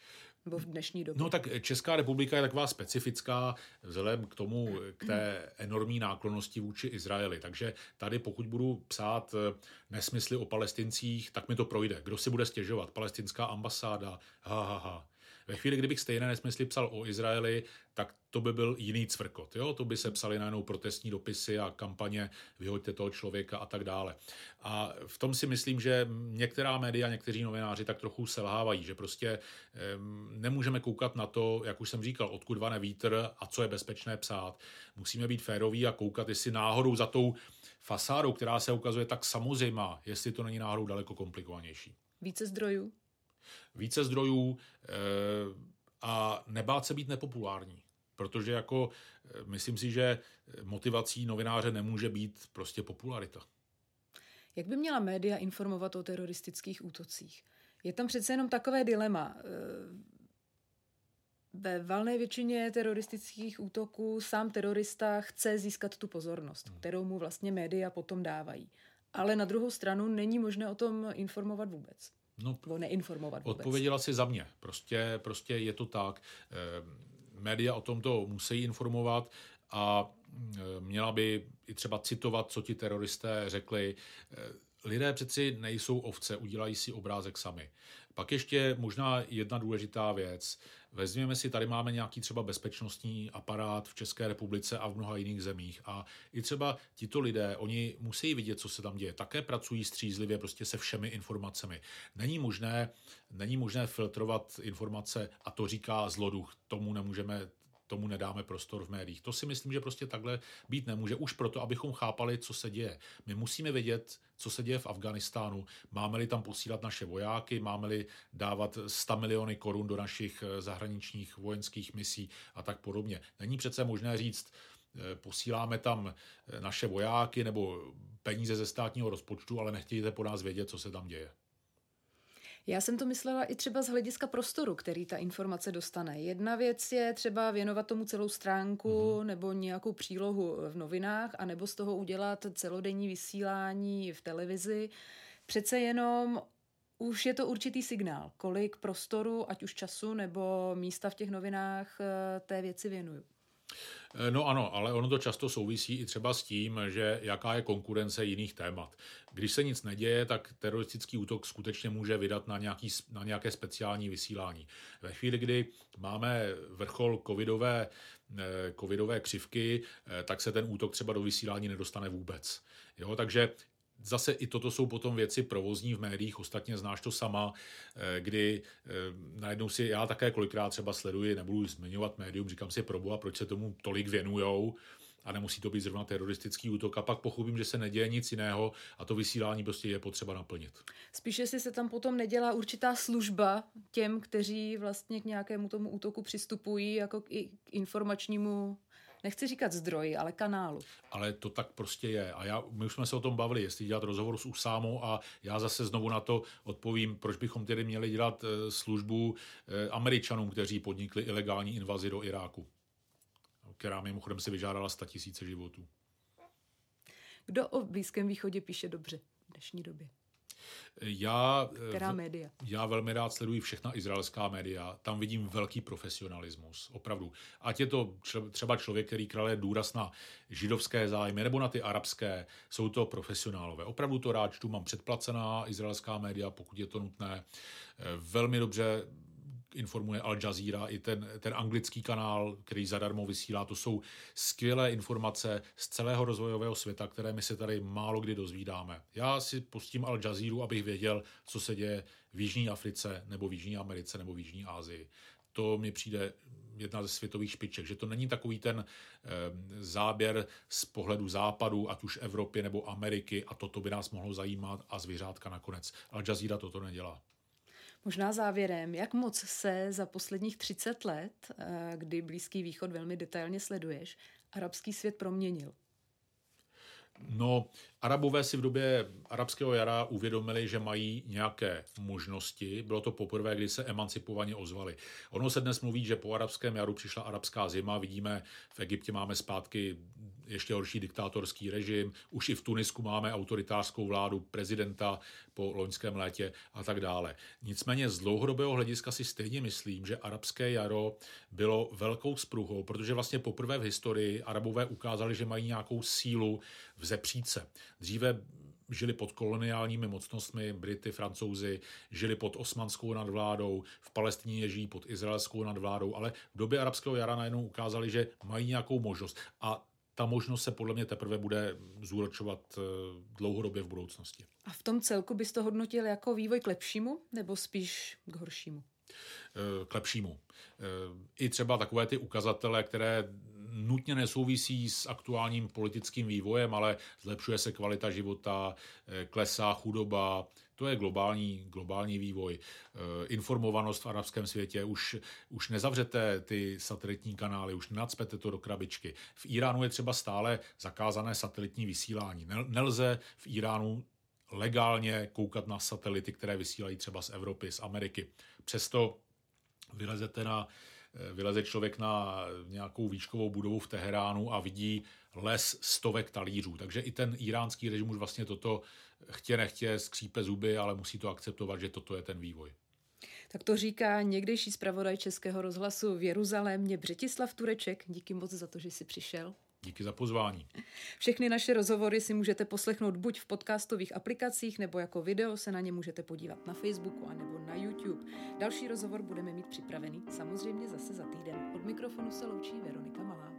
Nebo v dnešní době? No tak Česká republika je taková specifická vzhledem k tomu, k té enormní náklonnosti vůči Izraeli. Takže tady pokud budu psát nesmysly o Palestincích, tak mi to projde. Kdo si bude stěžovat? Palestinská ambasáda? Ha, ha, ha. Ve chvíli, kdybych stejné nesmysly psal o Izraeli, tak to by byl jiný cvrkot. Jo? To by se psali najednou protestní dopisy a kampaně vyhoďte toho člověka a tak dále. A v tom si myslím, že některá média, někteří novináři tak trochu selhávají, že prostě um, nemůžeme koukat na to, jak už jsem říkal, odkud vane vítr a co je bezpečné psát. Musíme být féroví a koukat, jestli náhodou za tou fasádou, která se ukazuje tak samozřejmá, jestli to není náhodou daleko komplikovanější. Více zdrojů? Více zdrojů e, a nebát se být nepopulární. Protože jako myslím si, že motivací novináře nemůže být prostě popularita. Jak by měla média informovat o teroristických útocích? Je tam přece jenom takové dilema. Ve valné většině teroristických útoků sám terorista chce získat tu pozornost, kterou mu vlastně média potom dávají. Ale na druhou stranu není možné o tom informovat vůbec. No, nebo neinformovat vůbec. Odpověděla si za mě. Prostě, prostě je to tak. Média o tomto musí informovat a měla by i třeba citovat, co ti teroristé řekli. Lidé přeci nejsou ovce, udělají si obrázek sami. Pak ještě možná jedna důležitá věc. Vezměme si, tady máme nějaký třeba bezpečnostní aparát v České republice a v mnoha jiných zemích. A i třeba tito lidé, oni musí vidět, co se tam děje. Také pracují střízlivě prostě se všemi informacemi. Není možné, není možné filtrovat informace a to říká zloduch. Tomu nemůžeme tomu nedáme prostor v médiích. To si myslím, že prostě takhle být nemůže. Už proto, abychom chápali, co se děje. My musíme vědět, co se děje v Afghánistánu. Máme-li tam posílat naše vojáky, máme-li dávat sto miliony korun do našich zahraničních vojenských misí a tak podobně. Není přece možné říct, posíláme tam naše vojáky nebo peníze ze státního rozpočtu, ale nechtějte po nás vědět, co se tam děje. Já jsem to myslela i třeba z hlediska prostoru, který ta informace dostane. Jedna věc je třeba věnovat tomu celou stránku mm-hmm. nebo nějakou přílohu v novinách, anebo z toho udělat celodenní vysílání v televizi. Přece jenom už je to určitý signál, kolik prostoru, ať už času nebo místa v těch novinách té věci věnuju. No ano, ale ono to často souvisí i třeba s tím, že jaká je konkurence jiných témat. Když se nic neděje, tak teroristický útok skutečně může vydat na, nějaký, na nějaké speciální vysílání. Ve chvíli, kdy máme vrchol covidové, covidové křivky, tak se ten útok třeba do vysílání nedostane vůbec. Jo, takže zase i toto jsou potom věci provozní v médiích, ostatně znáš to sama, kdy najednou si, já také kolikrát třeba sleduji, nebudu zmiňovat médium, říkám si proboha, proč se tomu tolik věnujou a nemusí to být zrovna teroristický útok a pak pochopím, že se neděje nic jiného a to vysílání prostě je potřeba naplnit. Spíše si se tam potom nedělá určitá služba těm, kteří vlastně k nějakému tomu útoku přistupují jako k informačnímu, nechci říkat zdroji, ale kanálu. Ale to tak prostě je. A já, my už jsme se o tom bavili, jestli dělat rozhovor s Usámou a já zase znovu na to odpovím, proč bychom tedy měli dělat službu Američanům, kteří podnikli ilegální invazi do Iráku, která mimochodem si vyžádala sta tisíce životů. Kdo o Blízkém východě píše dobře v dnešní době? Já, Která média? Já velmi rád sleduji všechna izraelská média. Tam vidím velký profesionalismus. Opravdu. Ať je to třeba člověk, který klade důraz na židovské zájmy nebo na ty arabské, jsou to profesionálové. Opravdu to rád čtu, mám předplacená izraelská média, pokud je to nutné. Velmi dobře informuje Al Jazeera, i ten, ten anglický kanál, který zadarmo vysílá. To jsou skvělé informace z celého rozvojového světa, které my se tady málo kdy dozvídáme. Já si pustím Al Jazeeru, abych věděl, co se děje v Jižní Africe, nebo v Jižní Americe, nebo v Jižní Asii. To mi přijde jedna ze světových špiček, že to není takový ten eh, záběr z pohledu západu, ať už Evropy nebo Ameriky, a toto by nás mohlo zajímat a zvířátka nakonec. Al Jazeera toto nedělá. Možná závěrem, jak moc se za posledních třicet let, kdy Blízký východ velmi detailně sleduješ, arabský svět proměnil? No, Arabové si v době arabského jara uvědomili, že mají nějaké možnosti. Bylo to poprvé, kdy se emancipovaně ozvali. Ono se dnes mluví, že po arabském jaru přišla arabská zima. Vidíme, v Egyptě máme zpátky ještě horší diktátorský režim, už i v Tunisku máme autoritářskou vládu prezidenta po loňském létě a tak dále. Nicméně z dlouhodobého hlediska si stejně myslím, že arabské jaro bylo velkou spruhou, protože vlastně poprvé v historii Arabové ukázali, že mají nějakou sílu vzepřít se. Dříve žili pod koloniálními mocnostmi, Brity, Francouzi, žili pod osmanskou nadvládou, v Palestině žijí pod izraelskou nadvládou, ale v době arabského jara najednou ukázali, že mají nějakou možnost. A ta možnost se podle mě teprve bude zúročovat dlouhodobě v budoucnosti. A v tom celku bys to hodnotil jako vývoj k lepšímu nebo spíš k horšímu? K lepšímu. I třeba takové ty ukazatele, které nutně nesouvisí s aktuálním politickým vývojem, ale zlepšuje se kvalita života, klesá chudoba, to je globální, globální vývoj. Informovanost v arabském světě, už, už nezavřete ty satelitní kanály, už nenacpete to do krabičky. V Iránu je třeba stále zakázané satelitní vysílání. Nelze v Iránu legálně koukat na satelity, které vysílají třeba z Evropy, z Ameriky. Přesto vylezete na, vyleze člověk na nějakou výškovou budovu v Teheránu a vidí les stovek talířů. Takže i ten iránský režim už vlastně toto chtě nechtě skřípe zuby, ale musí to akceptovat, že toto je ten vývoj. Tak to říká někdejší zpravodaj Českého rozhlasu v Jeruzalémě Břetislav Tureček. Díky moc za to, že jsi přišel. Díky za pozvání. Všechny naše rozhovory si můžete poslechnout buď v podcastových aplikacích, nebo jako video se na ně můžete podívat na Facebooku a nebo na YouTube. Další rozhovor budeme mít připravený samozřejmě zase za týden. Od mikrofonu se loučí Veronika Malá.